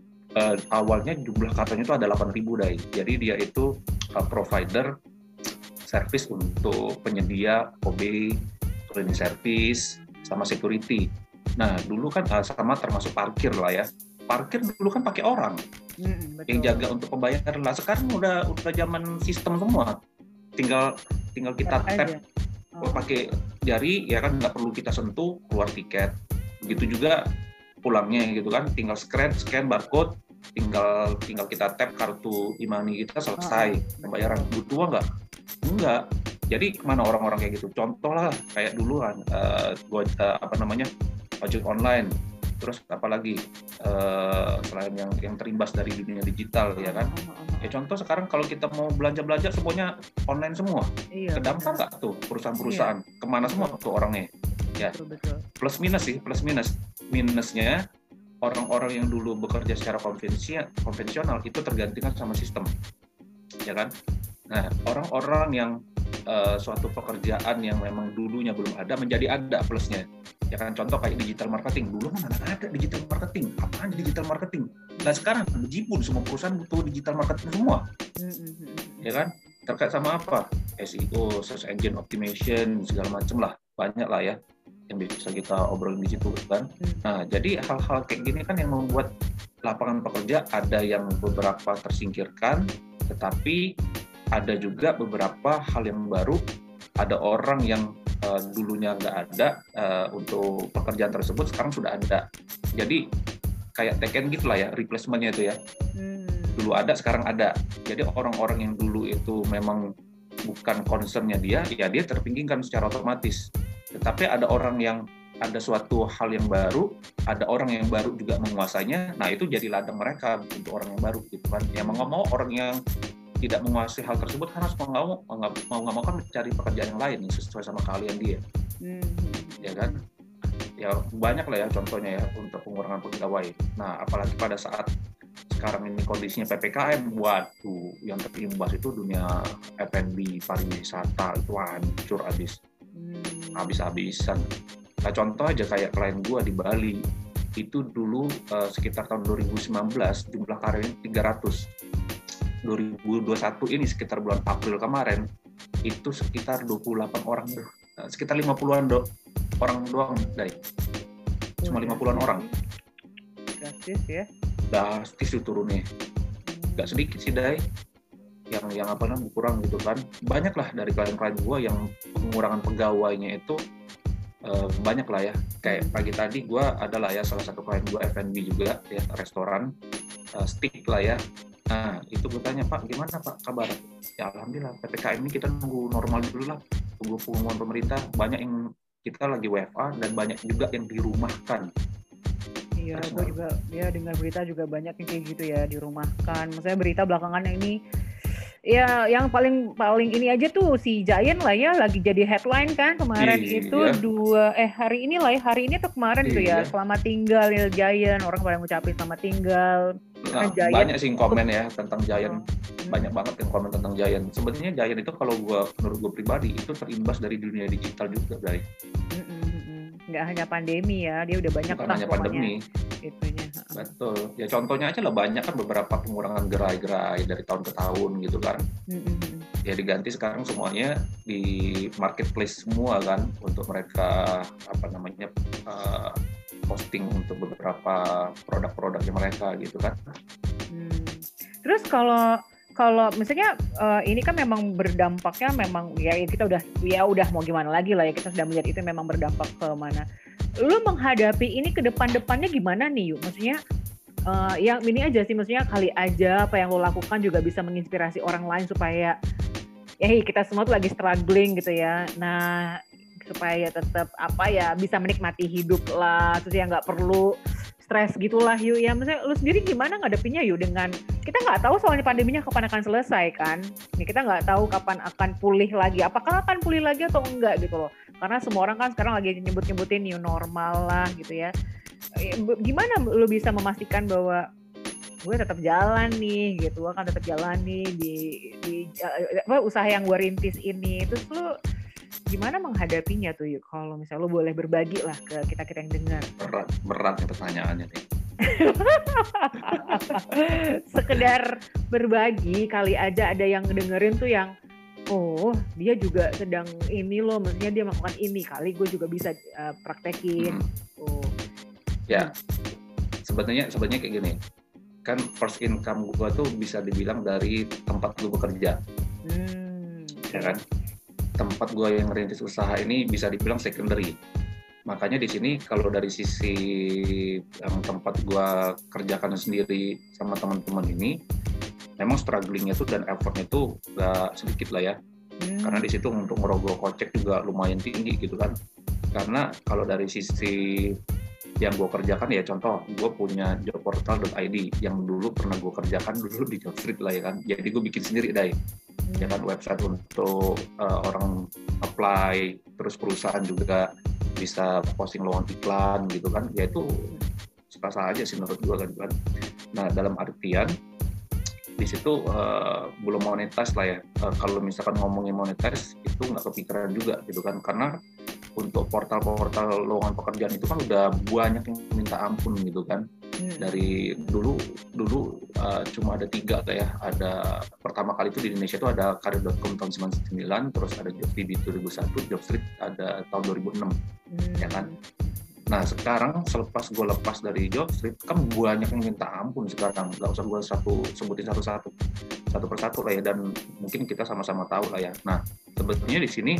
B: Awalnya jumlah kartunya itu ada 8.000 Dai. Jadi dia itu provider service untuk penyedia OB, cleaning service, sama security. Nah, dulu kan sama termasuk parkir lah ya. Parkir dulu kan pakai orang yang jaga untuk pembayaran lah. Sekarang udah zaman sistem semua. Tinggal kita tap pakai jari ya kan, nggak perlu kita sentuh keluar tiket. Begitu juga pulangnya gitu kan, tinggal scan barcode, tinggal kita tap kartu e-money kita, selesai pembayaran. Butuh nggak? Enggak. Jadi mana orang-orang kayak gitu? Contoh lah kayak dulu kan, ojek online. Terus apalagi selain yang terimbas dari dunia digital ya kan? Ya contoh sekarang kalau kita mau belanja semuanya online semua. Kedampak nggak tuh perusahaan-perusahaan? Kemana semua tuh orangnya? Ya. Betul. Plus minus. Minusnya orang-orang yang dulu bekerja secara konvensional itu tergantikan sama sistem. ya kan? Nah, orang-orang yang suatu pekerjaan yang memang dulunya belum ada menjadi ada plusnya. Ya kan, contoh kayak digital marketing. Dulu mana ada digital marketing? Apaan digital marketing? Nah sekarang bejibun semua perusahaan butuh digital marketing semua. Ya kan? Terkait sama apa? SEO, search engine optimization, segala macam lah. Banyak lah ya yang bisa kita obrolin di situ kan. Nah, jadi hal-hal kayak gini kan yang membuat lapangan pekerja ada yang beberapa tersingkirkan, tetapi ada juga beberapa hal yang baru. Ada orang yang dulunya nggak ada untuk pekerjaan tersebut, sekarang sudah ada. Jadi kayak teken gitu lah ya, replacement-nya itu ya. Dulu ada, sekarang ada. Jadi orang-orang yang dulu itu memang bukan concern-nya dia, ya dia terpinggirkan secara otomatis. Tetapi ada orang yang ada suatu hal yang baru, ada orang yang baru juga menguasainya, nah itu jadi ladang mereka untuk orang yang baru gitu kan. Yang mau orang yang tidak menguasai hal tersebut kan harus mau nggak mau kan mencari pekerjaan yang lain yang sesuai sama keahlian dia, ya kan? Ya banyak lah ya contohnya ya untuk pengurangan pegawai. Nah apalagi pada saat sekarang ini kondisinya PPKM, waduh yang terimbas itu dunia F&B, pariwisata itu hancur habis-habisan. Nah contoh aja kayak klien gua di Bali itu dulu sekitar tahun 2019 jumlah karyanya 300. 2021 ini sekitar bulan April kemarin itu sekitar 28 orang tuh. Sekitar 50-an orang doang, Dai. Cuma 50-an orang.
A: Drastis ya.
B: Drastis itu turunnya. Gak sedikit sih, Dai. Yang apa namanya kurang gitu kan. Banyak lah dari klien-klien gua yang pengurangan pegawainya itu banyak lah ya. Kayak pagi tadi gua adalah ya salah satu klien gua F&B juga ya, restoran steak lah ya. Nah, itu gue tanya, Pak, gimana Pak kabar? Ya Alhamdulillah, PPKM ini kita nunggu normal dulu lah, tunggu pengumuman pemerintah. Banyak yang kita lagi WFA dan banyak juga yang dirumahkan.
A: Iya, gue juga ya dengar berita juga banyak yang kayak gitu ya, dirumahkan. Maksudnya berita belakangan ini, ya yang paling ini aja tuh si Giant lah ya, lagi jadi headline kan kemarin itu hari ini lah ya, hari ini tuh kemarin tuh ya, selamat tinggal ya Giant, orang pada ngucapin selamat tinggal.
B: Nah, banyak sih komen ya tentang Giant, banyak banget yang komen tentang Giant. Sebenarnya Giant itu kalau menurut gue pribadi itu terimbas dari dunia digital juga, guys.
A: Nggak hanya pandemi ya, dia udah banyak
B: bukan hanya pandemi
A: itunya.
B: Betul ya, contohnya aja lah banyak kan beberapa pengurangan gerai-gerai dari tahun ke tahun gitu kan. Ya diganti sekarang semuanya di marketplace semua kan, untuk mereka apa namanya posting untuk beberapa produk-produknya mereka gitu kan.
A: Terus kalau misalnya ini kan memang berdampaknya memang ya kita udah mau gimana lagi lah ya, kita sudah melihat itu memang berdampak ke mana. Lu menghadapi ini ke depannya gimana nih Yuk? Maksudnya yang ini aja sih, maksudnya kali aja apa yang lo lakukan juga bisa menginspirasi orang lain supaya ya kita semua tuh lagi struggling gitu ya. Nah supaya tetap apa ya bisa menikmati hidup lah, terus ya nggak perlu stres gitulah Yu ya. Maksudnya lu sendiri gimana ngadepinnya Yu, dengan kita nggak tahu soalnya pandeminya kapan akan selesai kan, nih kita nggak tahu kapan akan pulih lagi, apakah akan pulih lagi atau enggak gitu loh, karena semua orang kan sekarang lagi nyebutin new normal lah gitu ya. Gimana lu bisa memastikan bahwa gue tetap jalan nih gitu, gue kan tetap jalan nih di usaha yang gue rintis ini. Terus lu gimana menghadapinya tuh Yuk, kalau misalnya lo boleh berbagi lah ke kita yang dengar.
B: Berat nih pertanyaannya nih.
A: Sekedar berbagi, kali aja ada yang dengerin tuh yang oh dia juga sedang ini loh, maksudnya dia melakukan ini, kali gue juga bisa praktekin.
B: Ya sebenarnya kayak gini kan, first income gue tuh bisa dibilang dari tempat gue bekerja, ya kan. Tempat gue yang merintis usaha ini bisa dibilang secondary. Makanya di sini kalau dari sisi yang tempat gue kerjakan sendiri sama teman-teman ini, memang strugglingnya tuh dan effortnya tuh gak sedikit lah ya. Karena di situ untuk merogoh kocek juga lumayan tinggi gitu kan. Karena kalau dari sisi yang gue kerjakan ya, contoh gue punya jobportal.id yang dulu pernah gue kerjakan dulu di Jobstreet lah ya kan. Jadi gue bikin sendiri Dai. Ya kan, website untuk orang apply, terus perusahaan juga bisa posting lowongan iklan gitu kan, ya itu sah-sah aja sih menurut gue kan. Nah dalam artian di situ belum monetize lah ya. Kalau misalkan ngomongin monetize itu nggak kepikiran juga gitu kan, karena untuk portal-portal lowongan pekerjaan itu kan udah banyak yang minta ampun gitu kan. Dari dulu cuma ada 3 ya. Ada pertama kali itu di Indonesia itu ada Karir.com tahun 99, terus ada JobsDB 2001, Jobstreet ada tahun 2006, ya kan. Nah sekarang selepas gue lepas dari Jobstreet kan banyak yang minta ampun sekarang, nggak usah gue sebutin satu persatu lah ya, dan mungkin kita sama-sama tahu lah ya. Nah sebetulnya di sini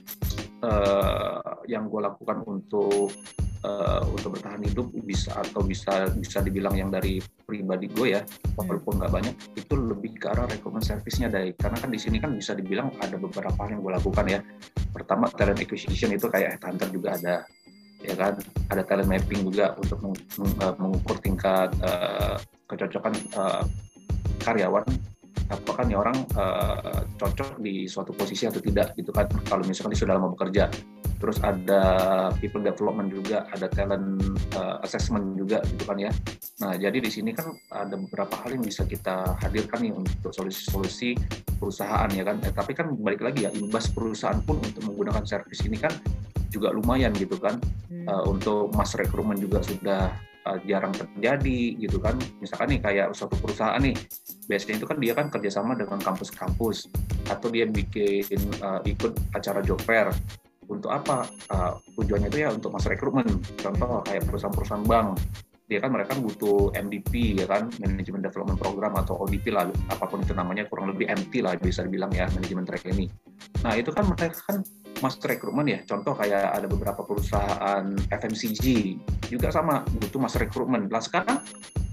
B: yang gue lakukan untuk bertahan hidup bisa dibilang yang dari pribadi gue ya, walaupun nggak banyak, itu lebih ke arah rekrutmen service-nya Day. Karena kan di sini kan bisa dibilang ada beberapa hal yang gue lakukan ya. Pertama talent acquisition itu kayak headhunter juga ada, ya kan, ada talent mapping juga untuk mengukur tingkat kecocokan karyawan, apakah nih orang cocok di suatu posisi atau tidak gitu kan, kalau misalkan dia sudah lama bekerja. Terus ada people development juga, ada talent assessment juga gitu kan ya. Nah jadi di sini kan ada beberapa hal yang bisa kita hadirkan nih untuk solusi-solusi perusahaan ya kan. Tapi kan balik lagi ya, imbas perusahaan pun untuk menggunakan service ini kan juga lumayan gitu kan. Untuk mass recruitment juga sudah jarang terjadi gitu kan. Misalkan nih kayak suatu perusahaan nih, biasanya itu kan dia kan kerjasama dengan kampus-kampus, atau dia bikin ikut acara job fair. Untuk apa? Tujuannya itu ya untuk mass recruitment. Contoh kayak perusahaan-perusahaan bank, dia kan mereka butuh MDP ya kan, Management Development Program atau ODP lah, apapun itu namanya, kurang lebih MT lah bisa dibilang ya, Management Training. Nah itu kan mereka kan mass recruitment ya. Contoh kayak ada beberapa perusahaan FMCG juga sama butuh mass recruitment. Lah sekarang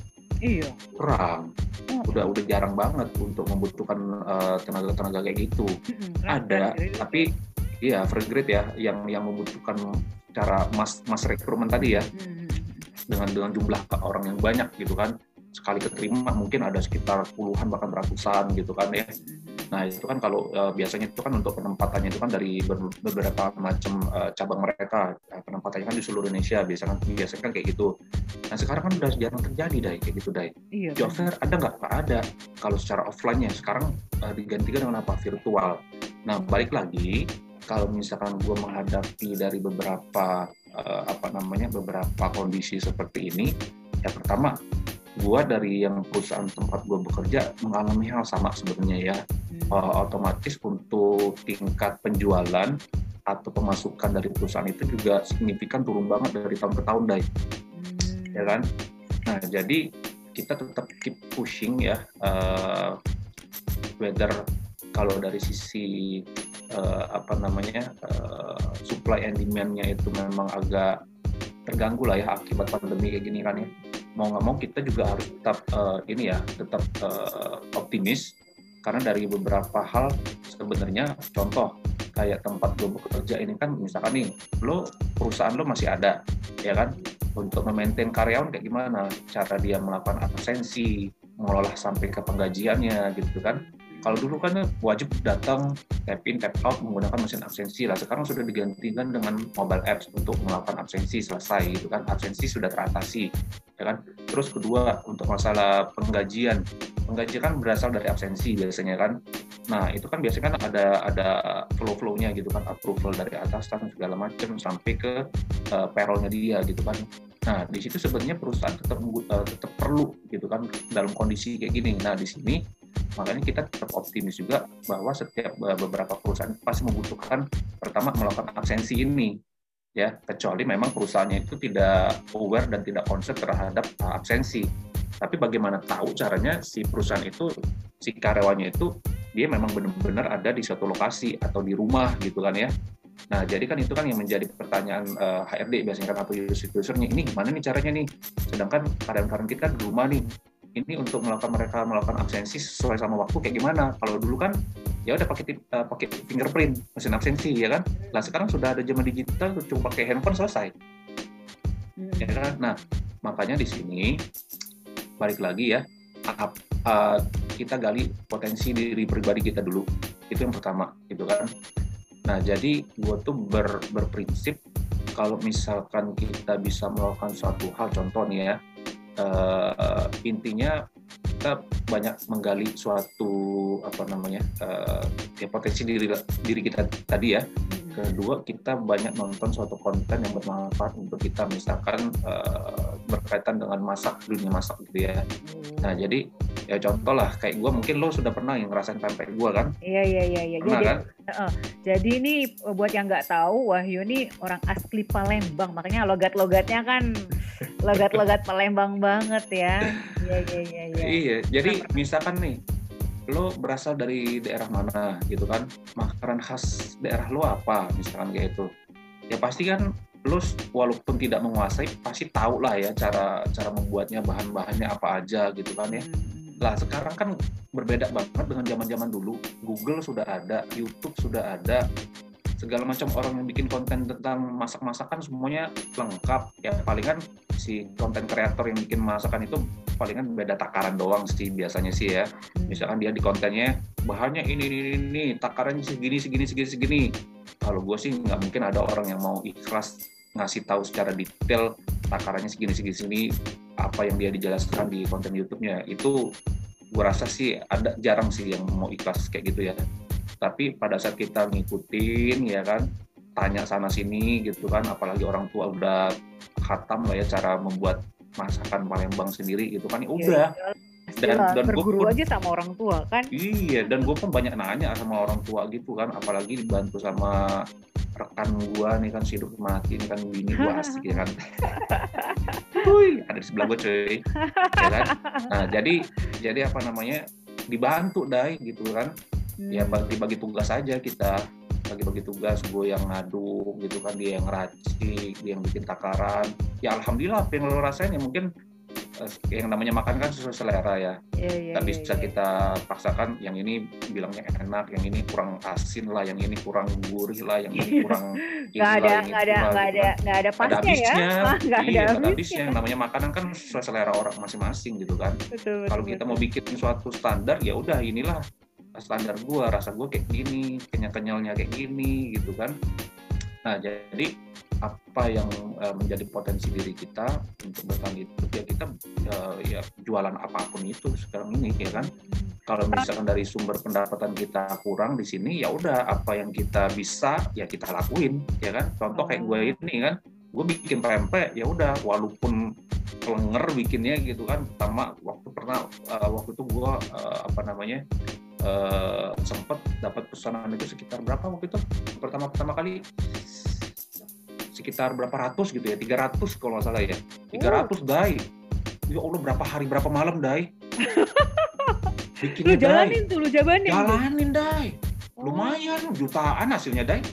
B: kurang, udah jarang banget untuk membutuhkan tenaga kayak gitu. Ada, tapi iya fresh grade ya, yang membutuhkan cara mass recruitment tadi ya, dengan jumlah orang yang banyak gitu kan, sekali keterima mungkin ada sekitar puluhan bahkan ratusan gitu kan ya. Nah itu kan kalau biasanya itu kan untuk penempatannya itu kan dari beberapa macam cabang mereka, penempatannya kan di seluruh Indonesia biasanya kan kayak gitu. Nah sekarang kan udah jarang terjadi Day kayak gitu Day. Job fair ada nggak? Nggak ada. Kalau secara offline-nya sekarang digantikan dengan apa? Virtual. Nah balik lagi, kalau misalkan gue menghadapi dari beberapa beberapa kondisi seperti ini, ya pertama gue dari yang perusahaan tempat gue bekerja mengalami hal sama sebenarnya ya. Otomatis untuk tingkat penjualan atau pemasukan dari perusahaan itu juga signifikan turun banget dari tahun ke tahun Day, ya kan. Nah jadi kita tetap keep pushing ya, whether kalau dari sisi supply and demand-nya itu memang agak terganggu lah ya akibat pandemi kayak gini kan ya. Mau nggak mau kita juga harus tetap optimis, karena dari beberapa hal sebenarnya, contoh kayak tempat gue bekerja ini kan, misalkan nih perusahaan lo masih ada ya kan, untuk memaintain karyawan kayak gimana cara dia melakukan absensi, mengelola sampai ke penggajiannya gitu kan. Kalau dulu kan wajib datang, tap in, tap out menggunakan mesin absensi lah. Sekarang sudah digantikan dengan mobile apps untuk melakukan absensi, selesai gitu kan. Absensi sudah teratasi, ya kan. Terus kedua, untuk masalah penggajian kan berasal dari absensi biasanya kan. Nah itu kan biasanya kan ada flow-nya gitu kan, approval dari atasan segala macam sampai ke payroll-nya dia gitu kan. Nah di situ sebenarnya perusahaan tetap perlu gitu kan dalam kondisi kayak gini. Nah di sini makanya kita tetap optimis juga bahwa setiap beberapa perusahaan pasti membutuhkan pertama melakukan absensi ini ya, kecuali memang perusahaannya itu tidak aware dan tidak concern terhadap absensi. Tapi bagaimana tahu caranya si perusahaan itu, si karyawannya itu dia memang benar-benar ada di suatu lokasi atau di rumah gitu kan ya. Nah jadi kan itu kan yang menjadi pertanyaan HRD biasanya kan, atau user-nya, ini gimana nih caranya nih, sedangkan karyawan kita di rumah nih, ini untuk melakukan absensi sesuai sama waktu kayak gimana. Kalau dulu kan ya udah pakai fingerprint mesin absensi ya kan. Nah sekarang sudah ada zaman digital, cuma pakai handphone selesai. Ya kan. Nah makanya di sini balik lagi ya, kita gali potensi diri pribadi kita dulu, itu yang pertama gitu kan. Nah jadi gue tuh berprinsip kalau misalkan kita bisa melakukan suatu hal, contoh nih ya, intinya kita banyak menggali suatu ya potensi diri kita tadi ya. Kedua, kita banyak nonton suatu konten yang bermanfaat untuk kita, misalkan berkaitan dengan dunia masak gitu ya. Nah, jadi ya contoh lah, kayak gue, mungkin lo sudah pernah yang ngerasain pempek gue kan?
A: Iya.
B: Pernah
A: Jadi,
B: kan?
A: Jadi ini buat yang nggak tahu, Wahyu ini orang asli Palembang, makanya logat-logatnya kan logat-logat Palembang banget ya. Iya.
B: Iya, jadi misalkan nih, lo berasal dari daerah mana gitu kan, makanan khas daerah lo apa misalkan kayak itu, ya pasti kan lo walaupun tidak menguasai pasti tahu lah ya cara membuatnya, bahan-bahannya apa aja gitu kan ya. Lah sekarang kan berbeda banget dengan zaman-zaman dulu. Google sudah ada, YouTube sudah ada, segala macam orang yang bikin konten tentang masak-masakan semuanya lengkap. Ya palingan si konten kreator yang bikin masakan itu palingan beda takaran doang sih biasanya sih ya. Misalkan dia di kontennya bahannya ini, takarannya segini. Kalau gue sih nggak mungkin ada orang yang mau ikhlas ngasih tahu secara detail takarannya segini, apa yang dia dijelaskan di konten YouTube-nya. Itu gue rasa sih jarang sih yang mau ikhlas kayak gitu ya. Tapi pada saat kita ngikutin ya kan, tanya sana sini gitu kan, apalagi orang tua udah khatam lah ya cara membuat masakan Palembang sendiri gitu kan, udah. Dan
A: berguru aja sama orang tua kan.
B: Iya, dan gue pun banyak nanya sama orang tua gitu kan, apalagi dibantu sama rekan gue nih kan, si hidup mati nih kan, bini gue asik ya kan. Ada di sebelah gue cuy ya kan. Nah jadi apa namanya, dibantu dai gitu kan. Ya bagi tugas aja kita, bagi tugas, gue yang ngaduk gitu kan, dia yang racik, dia yang bikin takaran. Ya alhamdulillah apa yang lo rasain ya mungkin yang namanya makan kan sesuai selera ya. Tak bisa kita paksakan, yang ini bilangnya enak, yang ini kurang asin lah, yang ini kurang gurih lah, yang ini kurang
A: nggak ada pasnya ya. Nggak ada
B: habisnya. Yang namanya makanan kan sesuai selera orang masing-masing gitu kan. Kalau kita mau bikin suatu standar, ya udah inilah standar gue, rasa gue kayak gini, kenyal-kenyalnya kayak gini gitu kan. Nah jadi apa yang menjadi potensi diri kita untuk bertahan hidup, ya kita ya jualan apapun itu sekarang ini ya kan. Kalau misalkan dari sumber pendapatan kita kurang di sini, ya udah apa yang kita bisa ya kita lakuin ya kan. Contoh kayak gue ini kan, gue bikin pempek, ya udah walaupun kelenger bikinnya gitu kan. Pertama waktu itu gue sempat dapat pesanan itu sekitar berapa waktu itu pertama kali, sekitar berapa ratus gitu ya, 300 kalau nggak salah ya, 300 dai. Ya Allah, berapa hari berapa malam dai bikinnya.
A: Lu jalanin
B: dai. Lumayan, jutaan hasilnya dai.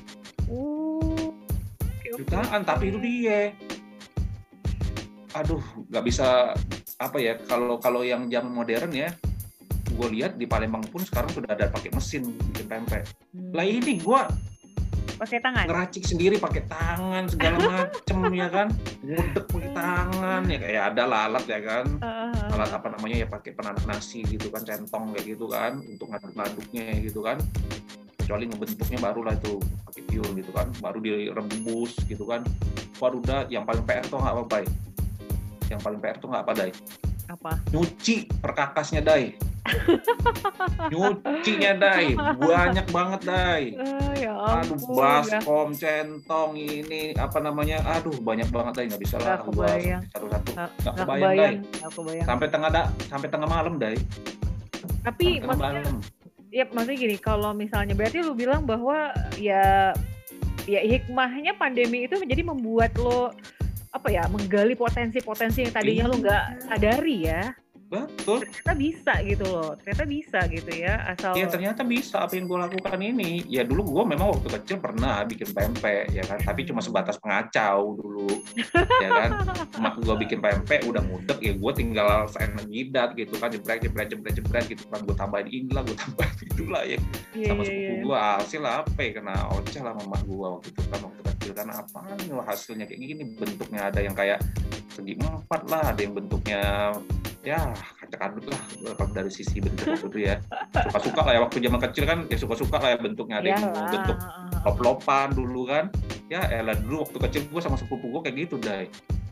B: Jutaan, tapi itu dia. Aduh, nggak bisa apa ya, kalau yang jam modern ya, gue lihat di Palembang pun sekarang sudah ada pakai mesin bikin pempek. Lah ini gue
A: pakai tangan,
B: ngeracik sendiri pakai tangan segala macem ya kan, ngudek pakai tangan ya, kayak ada alat ya kan, alat apa namanya ya, pakai penanak nasi gitu kan, centong kayak gitu kan, untuk ngaduk-ngaduknya gitu kan. Kecuali ngebentuknya barulah itu pakai pure gitu kan, baru direbus gitu kan. Baru udah, yang paling PR tuh nggak apa-apa, yang paling PR tuh nggak apa dai?
A: Apa?
B: Nyuci perkakasnya dai. Nyucinya dai banyak banget dai.
A: Ya ampun,
B: aduh, baskom, centong, ini apa namanya, aduh banyak banget dai, nggak bisa lah gua satu-satu, nggak kebayang dai. Sampai tengah malam dai.
A: Tapi maksudnya, ya maksudnya gini, kalau misalnya berarti lu bilang bahwa ya hikmahnya pandemi itu menjadi membuat lo menggali potensi-potensi yang tadinya lo nggak sadari ya.
B: Betul.
A: Ternyata bisa gitu ya, asal.
B: Iya, ternyata bisa apa yang gue lakukan ini. Ya dulu gue memang waktu kecil pernah bikin pempek ya kan, tapi cuma sebatas pengacau dulu ya kan. Mak gue bikin pempek udah mudek ya, gue tinggal seenak jidat gitu kan, jebrek gitu kan, gue tambahin inilah, gue tambahin itulah ya. Sama sepupu gue, hasil apa ya, kena oceh lah sama mak gue waktu itu kan, waktu kecil kan, apaan loh hasilnya kayak gini, bentuknya ada yang kayak segi 4 lah, ada yang bentuknya ya kacak-adut lah dari sisi bentuk waktu itu ya. Suka-suka lah ya, waktu zaman kecil kan ya suka-suka lah ya bentuknya, ada yang bentuk lop-lopan dulu kan. Ya elah, dulu waktu kecil gue sama sepupu gue kayak gitu dai.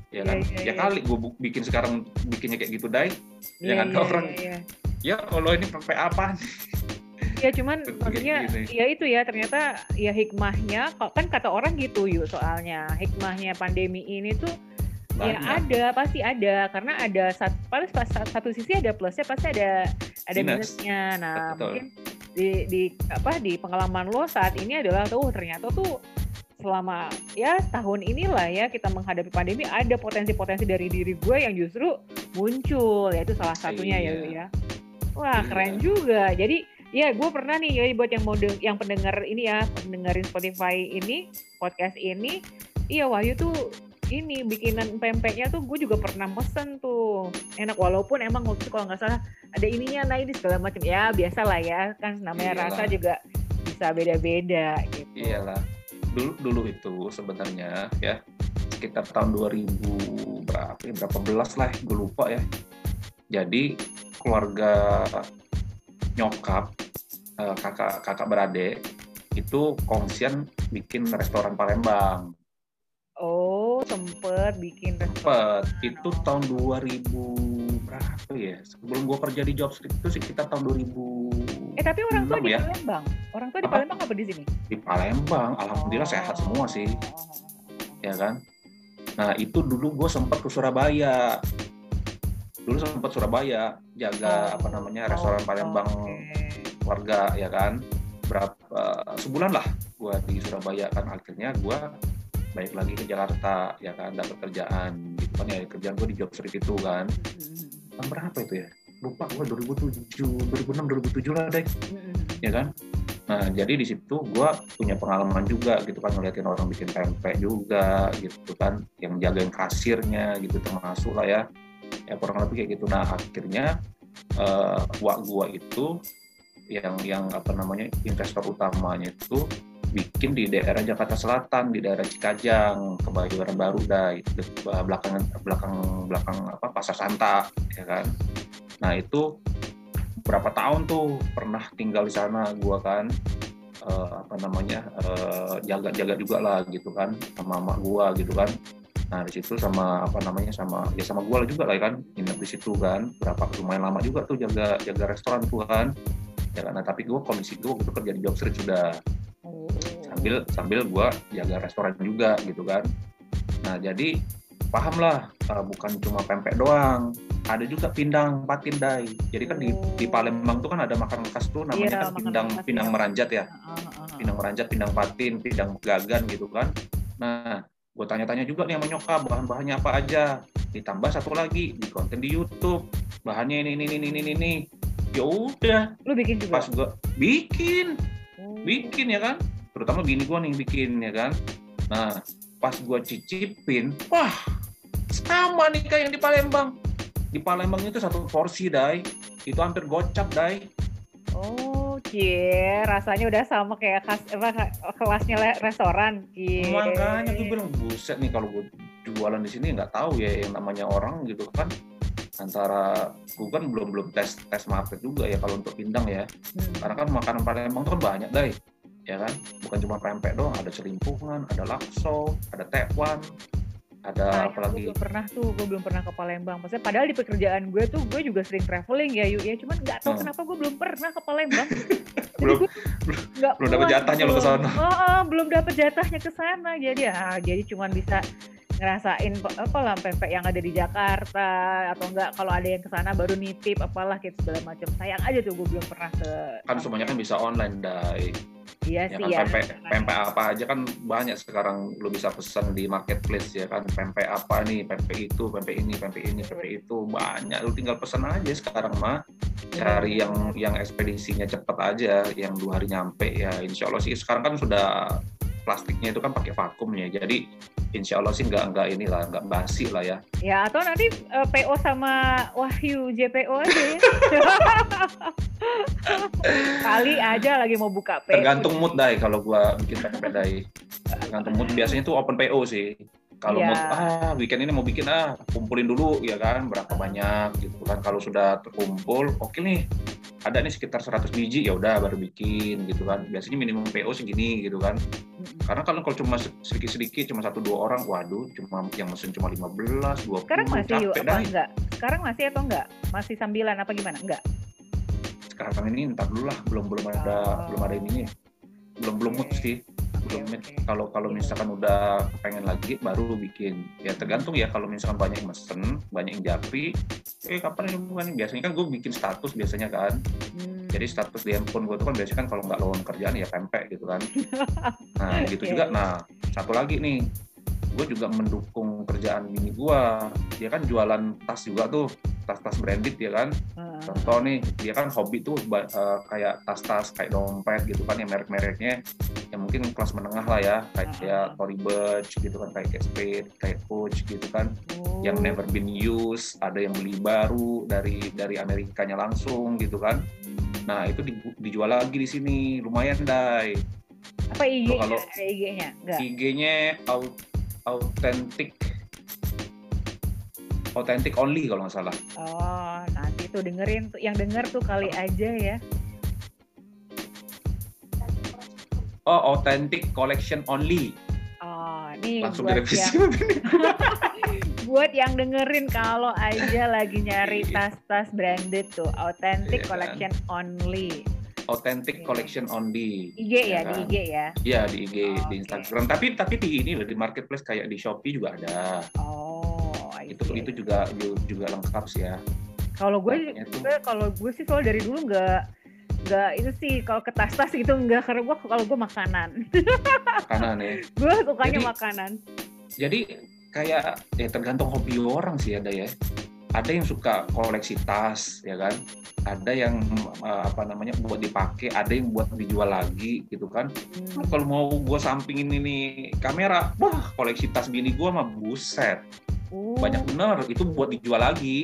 B: ya kan? Ya kali gue bikin sekarang bikinnya kayak gitu, Dai. Jangan orang. Ya Allah, ini pempek apa?
A: Ya cuman maksudnya ya itu ya, ternyata ya hikmahnya kan kata orang gitu yuk, soalnya hikmahnya pandemi ini tuh banyak. Ya ada, pasti ada, karena ada satu sisi ada plusnya, pasti ada minusnya. Nah, betul. Mungkin di pengalaman lo saat ini adalah ternyata tuh selama ya setahun inilah ya kita menghadapi pandemi, ada potensi-potensi dari diri gue yang justru muncul, ya itu salah satunya. Ya. Wah, keren juga. Jadi ya gue pernah nih, ya buat yang pendengar ini ya, pendengarin Spotify ini, podcast ini, iya Wahyu tuh ini bikinan pempeknya tuh gue juga pernah pesen tuh, enak, walaupun emang waktu itu kalau nggak salah ada ininya, ini segala macam, ya biasa lah ya kan, namanya rasa juga bisa beda-beda gitu.
B: Iyalah, dulu itu sebenarnya ya sekitar tahun 2000 berapa belas lah, gue lupa ya. Jadi keluarga nyokap, kakak beradik itu kongsian bikin restoran Palembang.
A: Oh, sempet bikin restoran.
B: Itu tahun 2000 berapa ya? Sebelum gue kerja di Jobstreet itu sekitar tahun 2000.
A: Tapi orang tua di Palembang. Orang tua di Palembang apa di sini?
B: Di Palembang, alhamdulillah sehat semua sih. Ya kan? Nah, itu dulu gue sempat ke Surabaya. Jaga restoran Palembang warga, ya kan? Sebulan lah gue di Surabaya kan, akhirnya gue balik lagi ke Jakarta, ya kan, dapat kerjaan gitu kan, ya kerjaan gue di Jobstreet itu kan. Tahun berapa itu ya? Lupa gue, 2006 2007 lah deh. Ya kan? Nah, jadi di situ gue punya pengalaman juga gitu kan, ngeliatin orang bikin pempek juga gitu kan, yang jagain kasirnya gitu termasuk lah ya. Ya kurang lebih kayak gitu. Nah, akhirnya wak gue itu yang investor utamanya itu bikin di daerah Jakarta Selatan, di daerah Cikajang, Kebayoran Baru itu belakang Pasar Santa, ya kan. Nah, itu berapa tahun tuh pernah tinggal di sana gua kan, jaga juga lah gitu kan sama emak gua gitu kan. Nah, di situ sama gua juga lah kan, nginep di situ kan, lumayan lama juga tuh jaga restoran tuh kan. Ya kan, nah, tapi kondisi gue waktu itu kerja di Jobstreet sudah. Sambil gue jaga restoran juga gitu kan. Nah, jadi pahamlah, bukan cuma pempek doang, ada juga pindang patin, Dai. Jadi kan di Palembang tuh kan ada makanan khas tuh namanya kan pindang meranjat ya. Pindang meranjat, pindang patin, pindang gagan gitu kan. Nah, gue tanya-tanya juga nih sama nyokap, bahan-bahannya apa aja. Ditambah satu lagi di konten di YouTube, bahannya ini. Ya udah.
A: Lu bikin juga?
B: Pas gue bikin ya kan. Terutama bini gue nih bikin, ya kan. Nah, pas gue cicipin, wah, sama nih kayak yang di Palembang. Di Palembang itu satu porsi, Dai, itu hampir gocap, Dai.
A: Oh, rasanya udah sama kayak kelasnya restoran.
B: Makanya gue bilang, buset nih, kalau gue jualan di sini nggak tahu ya yang namanya orang gitu kan. Antara gue kan belum tes market juga ya kalau untuk pindang ya. Karena kan makanan Palembang itu kan banyak, Dai. Ya kan, bukan cuma pempek doang, ada celimpungan, ada lakso, ada tekwan, ada apalagi.
A: Gue belum pernah ke Palembang. Maksudnya padahal di pekerjaan gue tuh gue juga sering traveling ya, cuman nggak tahu kenapa gue belum pernah ke Palembang.
B: belum dapat jatahnya lo ke sana.
A: Belum dapat jatahnya ke sana. Jadi cuman bisa ngerasain pempek yang ada di Jakarta, atau enggak kalau ada yang kesana baru nitip apalah gitu segala macam. Sayang aja tuh gue belum pernah ke.
B: Kan semuanya kan bisa online, Dai.
A: Iya
B: ya
A: sih
B: kan,
A: ya.
B: Pempek apa aja kan banyak sekarang lu bisa pesan di marketplace ya kan. Pempek apa nih, pempek itu, pempek ini, pempek itu banyak. Lu tinggal pesan aja sekarang mah. Cari yang ekspedisinya cepat aja, yang 2 hari nyampe ya. Insya Allah sih sekarang kan sudah plastiknya itu kan pakai vakum ya. Jadi insya Allah sih nggak basi lah ya.
A: Ya, atau nanti PO sama Wahyu JPO aja ya. Kali aja lagi mau buka PO.
B: Tergantung mood, Dai, kalau gua bikin pempek, Dai. Tergantung mood, biasanya tuh open PO sih. Kalau mood, weekend ini mau bikin, kumpulin dulu ya kan, berapa banyak gitu kan. Kalau sudah terkumpul, oke nih, ada nih sekitar 100 biji, ya udah baru bikin gitu kan. Biasanya minimum PO segini gitu kan. Karena kalau cuma sedikit-sedikit, cuma 1-2 orang, waduh, cuma yang mesen cuma 15, 20,
A: Sekarang masih yuk,
B: capek
A: apa
B: dah.
A: enggak? Sekarang masih atau enggak? Masih sambilan apa gimana? Enggak.
B: Sekarang ini entar dulu lah, belum ada ininya. Belum mood sih. Kalau misalkan udah pengen lagi baru bikin, ya tergantung ya. Kalau misalkan banyak yang mesen, banyak yang japri, kapan ini bukan, biasanya kan gue bikin status biasanya kan. Jadi status di handphone gue tuh kan biasanya kan kalau nggak lowongan kerjaan ya pempek gitu kan. Nah gitu juga. Nah satu lagi nih, gue juga mendukung kerjaan bini gue. Dia kan jualan tas juga tuh, tas-tas branded ya kan. Contoh nih, dia kan hobi tuh kayak tas-tas, kayak dompet gitu kan, yang merek-mereknya yang mungkin kelas menengah lah ya, kayak Tory Burch gitu kan, kayak Kate Spade, kayak Coach gitu kan, yang never been used, ada yang beli baru dari Amerikanya langsung gitu kan. Nah itu dijual lagi di sini, lumayan Dai.
A: Apa IG-nya?
B: Kalau
A: IG-nya? Enggak.
B: IG-nya Authentic Only kalau nggak salah.
A: Oh, nanti tuh dengerin tuh, yang denger tuh kali aja ya.
B: Oh, Authentic Collection Only.
A: Oh, nih
B: langsung
A: buat
B: direvisi.
A: buat yang dengerin kalau aja lagi nyari tas-tas branded tuh, Authentic Collection Only.
B: Authentic Collection Only.
A: IG ya, kan? Di IG ya?
B: Iya, di IG, di Instagram. Tapi di ini loh, di marketplace kayak di Shopee juga ada. Itu juga lengkap sih ya.
A: Kalau gue sih soal dari dulu nggak itu sih, kalau ke tas-tas gitu enggak, karena kalau gue makanan.
B: Makanan ya.
A: Gue sukanya makanan.
B: Jadi kayak ya tergantung hobi orang sih ada ya. Ada yang suka koleksi tas ya kan. Ada yang buat dipakai, ada yang buat dijual lagi gitu kan. Kalau mau gue sampingin ini kamera, wah koleksi tas bini gue mah buset. Banyak bener, itu buat dijual lagi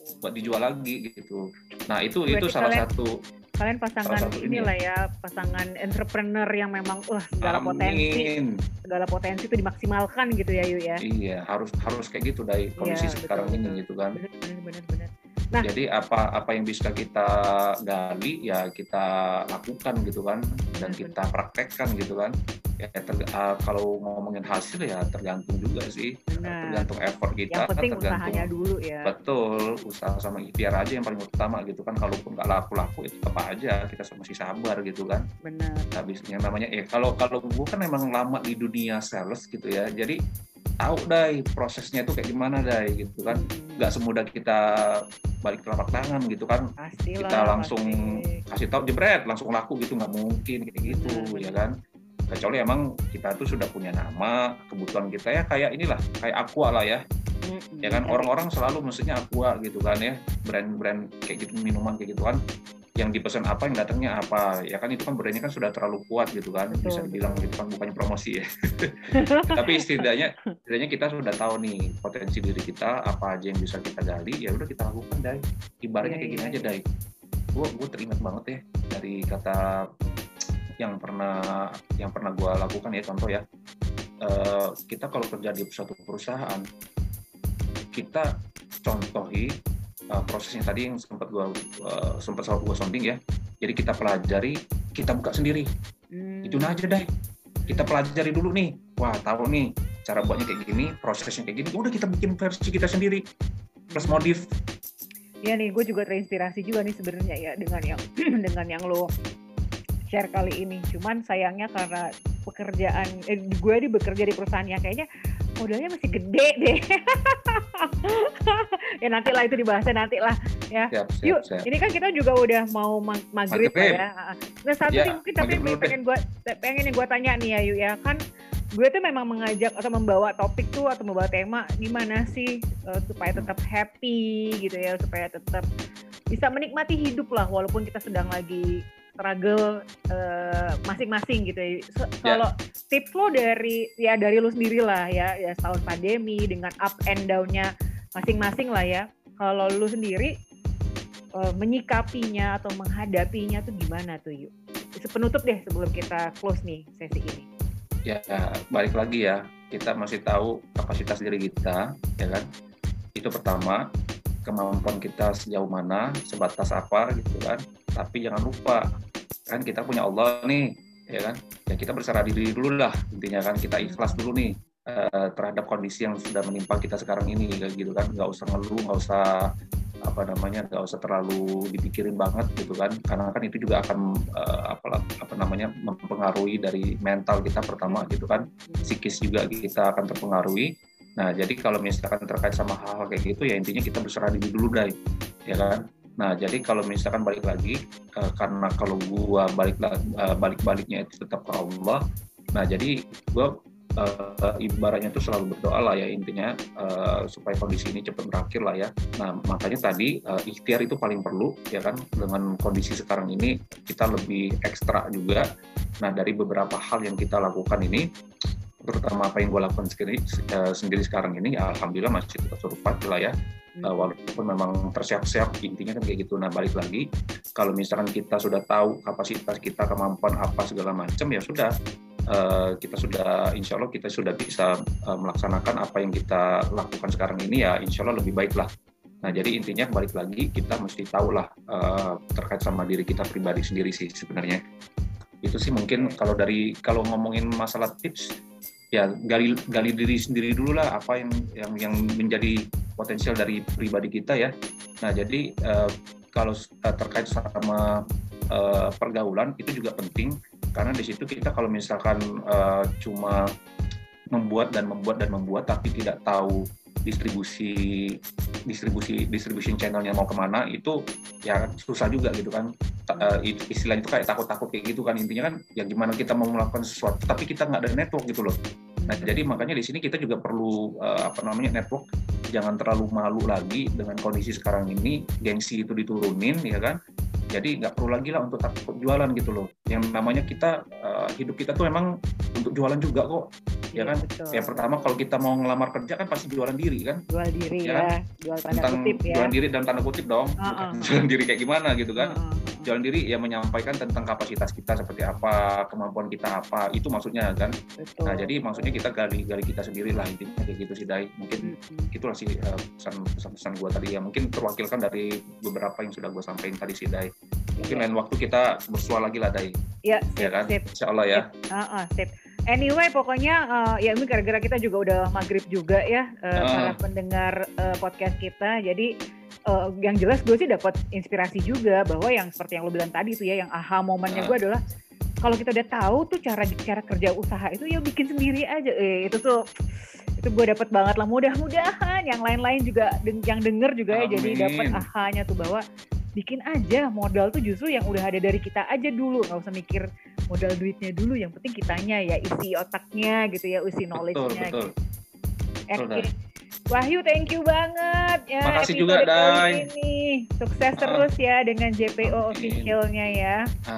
B: gitu. Nah itu salah satu.
A: Kalian pasangan inilah ya, pasangan entrepreneur yang memang segala potensi itu dimaksimalkan gitu ya Yu ya.
B: Iya, harus kayak gitu dari kondisi sekarang ini gitu kan.
A: Benar. Nah,
B: jadi apa yang bisa kita gali ya kita lakukan gitu kan, dan kita praktekkan gitu kan. Ya, kalau ngomongin hasil ya tergantung juga sih. Tergantung effort kita.
A: Yang penting usahanya dulu ya.
B: Betul, usaha sama ikhtiar aja yang paling utama gitu kan. Kalaupun nggak laku-laku itu apa aja, kita masih sabar gitu kan.
A: Benar.
B: Habisnya namanya kalau gue kan emang lama di dunia sales gitu ya. Jadi tahu Dai prosesnya itu kayak gimana Dai gitu kan. Nggak semudah kita balik telapak tangan gitu kan.
A: Pastilah,
B: kita langsung kasih tahu jebret langsung laku gitu, nggak mungkin kayak gitu. Ya kan, kecuali emang kita tuh sudah punya nama, kebutuhan kita ya kayak inilah, kayak Aqua lah ya. Ya kan, orang-orang selalu maksudnya Aqua gitu kan ya, brand-brand kayak gitu, minuman kayak gitu kan, yang dipesan apa, yang datangnya apa, ya kan itu kan brandnya kan sudah terlalu kuat gitu kan. Bisa dibilang gitu kan, bukannya promosi ya. Tapi setidaknya kita sudah tahu nih potensi diri kita, apa aja yang bisa kita gali, ya udah kita lakukan Dai. Ibaratnya kayak gini aja Dai. Gue teringat banget ya dari kata yang pernah gue lakukan ya, contoh ya, kita kalau kerja di suatu perusahaan, kita contohi prosesnya tadi yang sempat gue sounding ya. Jadi kita pelajari, kita buka sendiri. Itu aja deh. Kita pelajari dulu nih. Wah, tahu nih cara buatnya kayak gini, prosesnya kayak gini. Udah kita bikin versi kita sendiri plus modif.
A: Ya nih, gue juga terinspirasi juga nih sebenarnya ya dengan yang lo share kali ini. Cuman sayangnya karena pekerjaan gue bekerja di perusahaan yang kayaknya modalnya masih gede deh. Ya nantilah itu dibahasnya nantilah ya. Siap. Ini kan kita juga udah mau maghrib ya. Nah satu sih mungkin tapi pengen yang gue tanya nih ya Yu ya, kan gue tuh memang mengajak atau membawa topik tuh atau membawa tema gimana sih supaya tetap happy gitu ya, supaya tetap bisa menikmati hidup lah walaupun kita sedang lagi struggle masing-masing gitu ya. Kalau tips lo dari lo sendiri lah ya setahun pandemi dengan up and down-nya masing-masing lah ya. Kalau lo sendiri menyikapinya atau menghadapinya tuh gimana tuh Yu? Penutup deh sebelum kita close nih sesi ini.
B: Ya balik lagi ya, kita masih tahu kapasitas diri kita ya kan. Itu pertama, kemampuan kita sejauh mana, sebatas apa gitu kan. Tapi jangan lupa kan kita punya Allah nih, ya kan? Ya kita berserah diri dulu lah, intinya kan kita ikhlas dulu nih terhadap kondisi yang sudah menimpa kita sekarang ini, gitu kan? Nggak usah ngeluh, nggak usah nggak usah terlalu dipikirin banget gitu kan, karena kan itu juga akan mempengaruhi dari mental kita pertama gitu kan, psikis juga kita akan terpengaruhi. Nah jadi kalau misalkan terkait sama hal-hal kayak gitu ya intinya kita berserah diri dulu deh, ya kan. Nah jadi kalau misalkan balik lagi, karena kalau gua balik-baliknya itu tetap ke Allah. Nah jadi gua ibaratnya itu selalu berdoa lah ya intinya, supaya kondisi ini cepat berakhir lah ya. Nah makanya tadi ikhtiar itu paling perlu ya kan, dengan kondisi sekarang ini kita lebih ekstra juga. Nah dari beberapa hal yang kita lakukan ini, terutama apa yang gue lakukan sendiri sekarang ini, ya alhamdulillah masih tetap survive lah ya, walaupun memang tersiap-siap, intinya kan kayak gitu. Nah balik lagi, kalau misalkan kita sudah tahu kapasitas kita, kemampuan apa segala macam, ya sudah, kita sudah, insya Allah kita sudah bisa melaksanakan apa yang kita lakukan sekarang ini, ya insya Allah lebih baik lah. Nah jadi intinya balik lagi kita mesti tahu lah terkait sama diri kita pribadi sendiri sih sebenarnya. Itu sih mungkin kalau ngomongin masalah tips, ya gali diri sendiri dulu lah, apa yang menjadi potensial dari pribadi kita ya. Nah jadi kalau terkait sama pergaulan itu juga penting, karena di situ kita kalau misalkan cuma membuat tapi tidak tahu distribution channelnya mau kemana, itu ya susah juga gitu kan. Istilahnya itu kayak takut-takut kayak gitu kan, intinya kan ya gimana kita mau melakukan sesuatu tapi kita nggak ada network gitu loh. Nah jadi makanya di sini kita juga perlu network. Jangan terlalu malu lagi dengan kondisi sekarang ini, gengsi itu diturunin ya kan. Jadi nggak perlu lagi lah untuk takut jualan gitu loh. Yang namanya kita hidup kita tuh memang untuk jualan juga kok, ya kan. Betul. Yang pertama kalau kita mau ngelamar kerja kan pasti jualan diri kan.
A: Jual diri ya,
B: kan?
A: Jual tanda kutip ya.
B: Jualan diri dan tanda kutip dong. Jualan diri kayak gimana gitu kan. Jualan diri ya menyampaikan tentang kapasitas kita seperti apa, kemampuan kita apa, itu maksudnya kan. Betul. Nah jadi maksudnya kita gali kita sendiri lah, intinya kayak gitu sih Dai. Mungkin itulah sih pesan-pesan gue tadi ya, mungkin terwakilkan dari beberapa yang sudah gue sampaikan tadi sih Dai. Mungkin lain waktu kita bersua lagi lah Dai. Ya kan? Sip. Insya Allah ya.
A: Sip. Anyway, pokoknya ya ini gara-gara kita juga udah maghrib juga ya, para pendengar podcast kita. Jadi yang jelas gue sih dapat inspirasi juga, bahwa yang seperti yang lo bilang tadi tuh ya, yang aha momennya gue adalah kalau kita udah tahu tuh cara kerja usaha itu, ya bikin sendiri aja. Itu gue dapat banget lah. Mudah-mudahan yang lain-lain juga yang denger juga ya, jadi dapat ahanya tuh bahwa bikin aja, modal tuh justru yang udah ada dari kita aja dulu, nggak usah mikir modal duitnya dulu, yang penting kitanya ya, isi otaknya gitu ya, isi knowledge-nya.
B: Betul.
A: Oke. Wahyu, thank you banget ya.
B: Makasih juga Dai.
A: Sukses terus ya dengan JPO official-nya ya.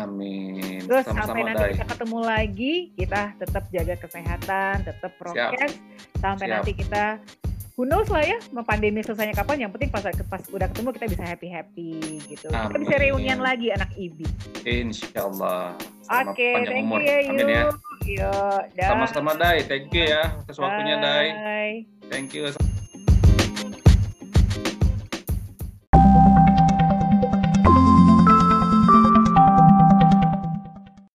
B: Amin.
A: Terus sampai nanti kita ketemu lagi, kita tetap jaga kesehatan, tetap prokes. Sampai nanti kita who knows lah ya, pandemi selesainya kapan, yang penting pas udah ketemu kita bisa happy gitu. Amin. Kita bisa reunian lagi anak IBI.
B: Insyaallah.
A: Oke, thank you ya Yu.
B: Amin ya.
A: Yo,
B: sama-sama Dai, thank you ya atas waktunya Dai. Thank you.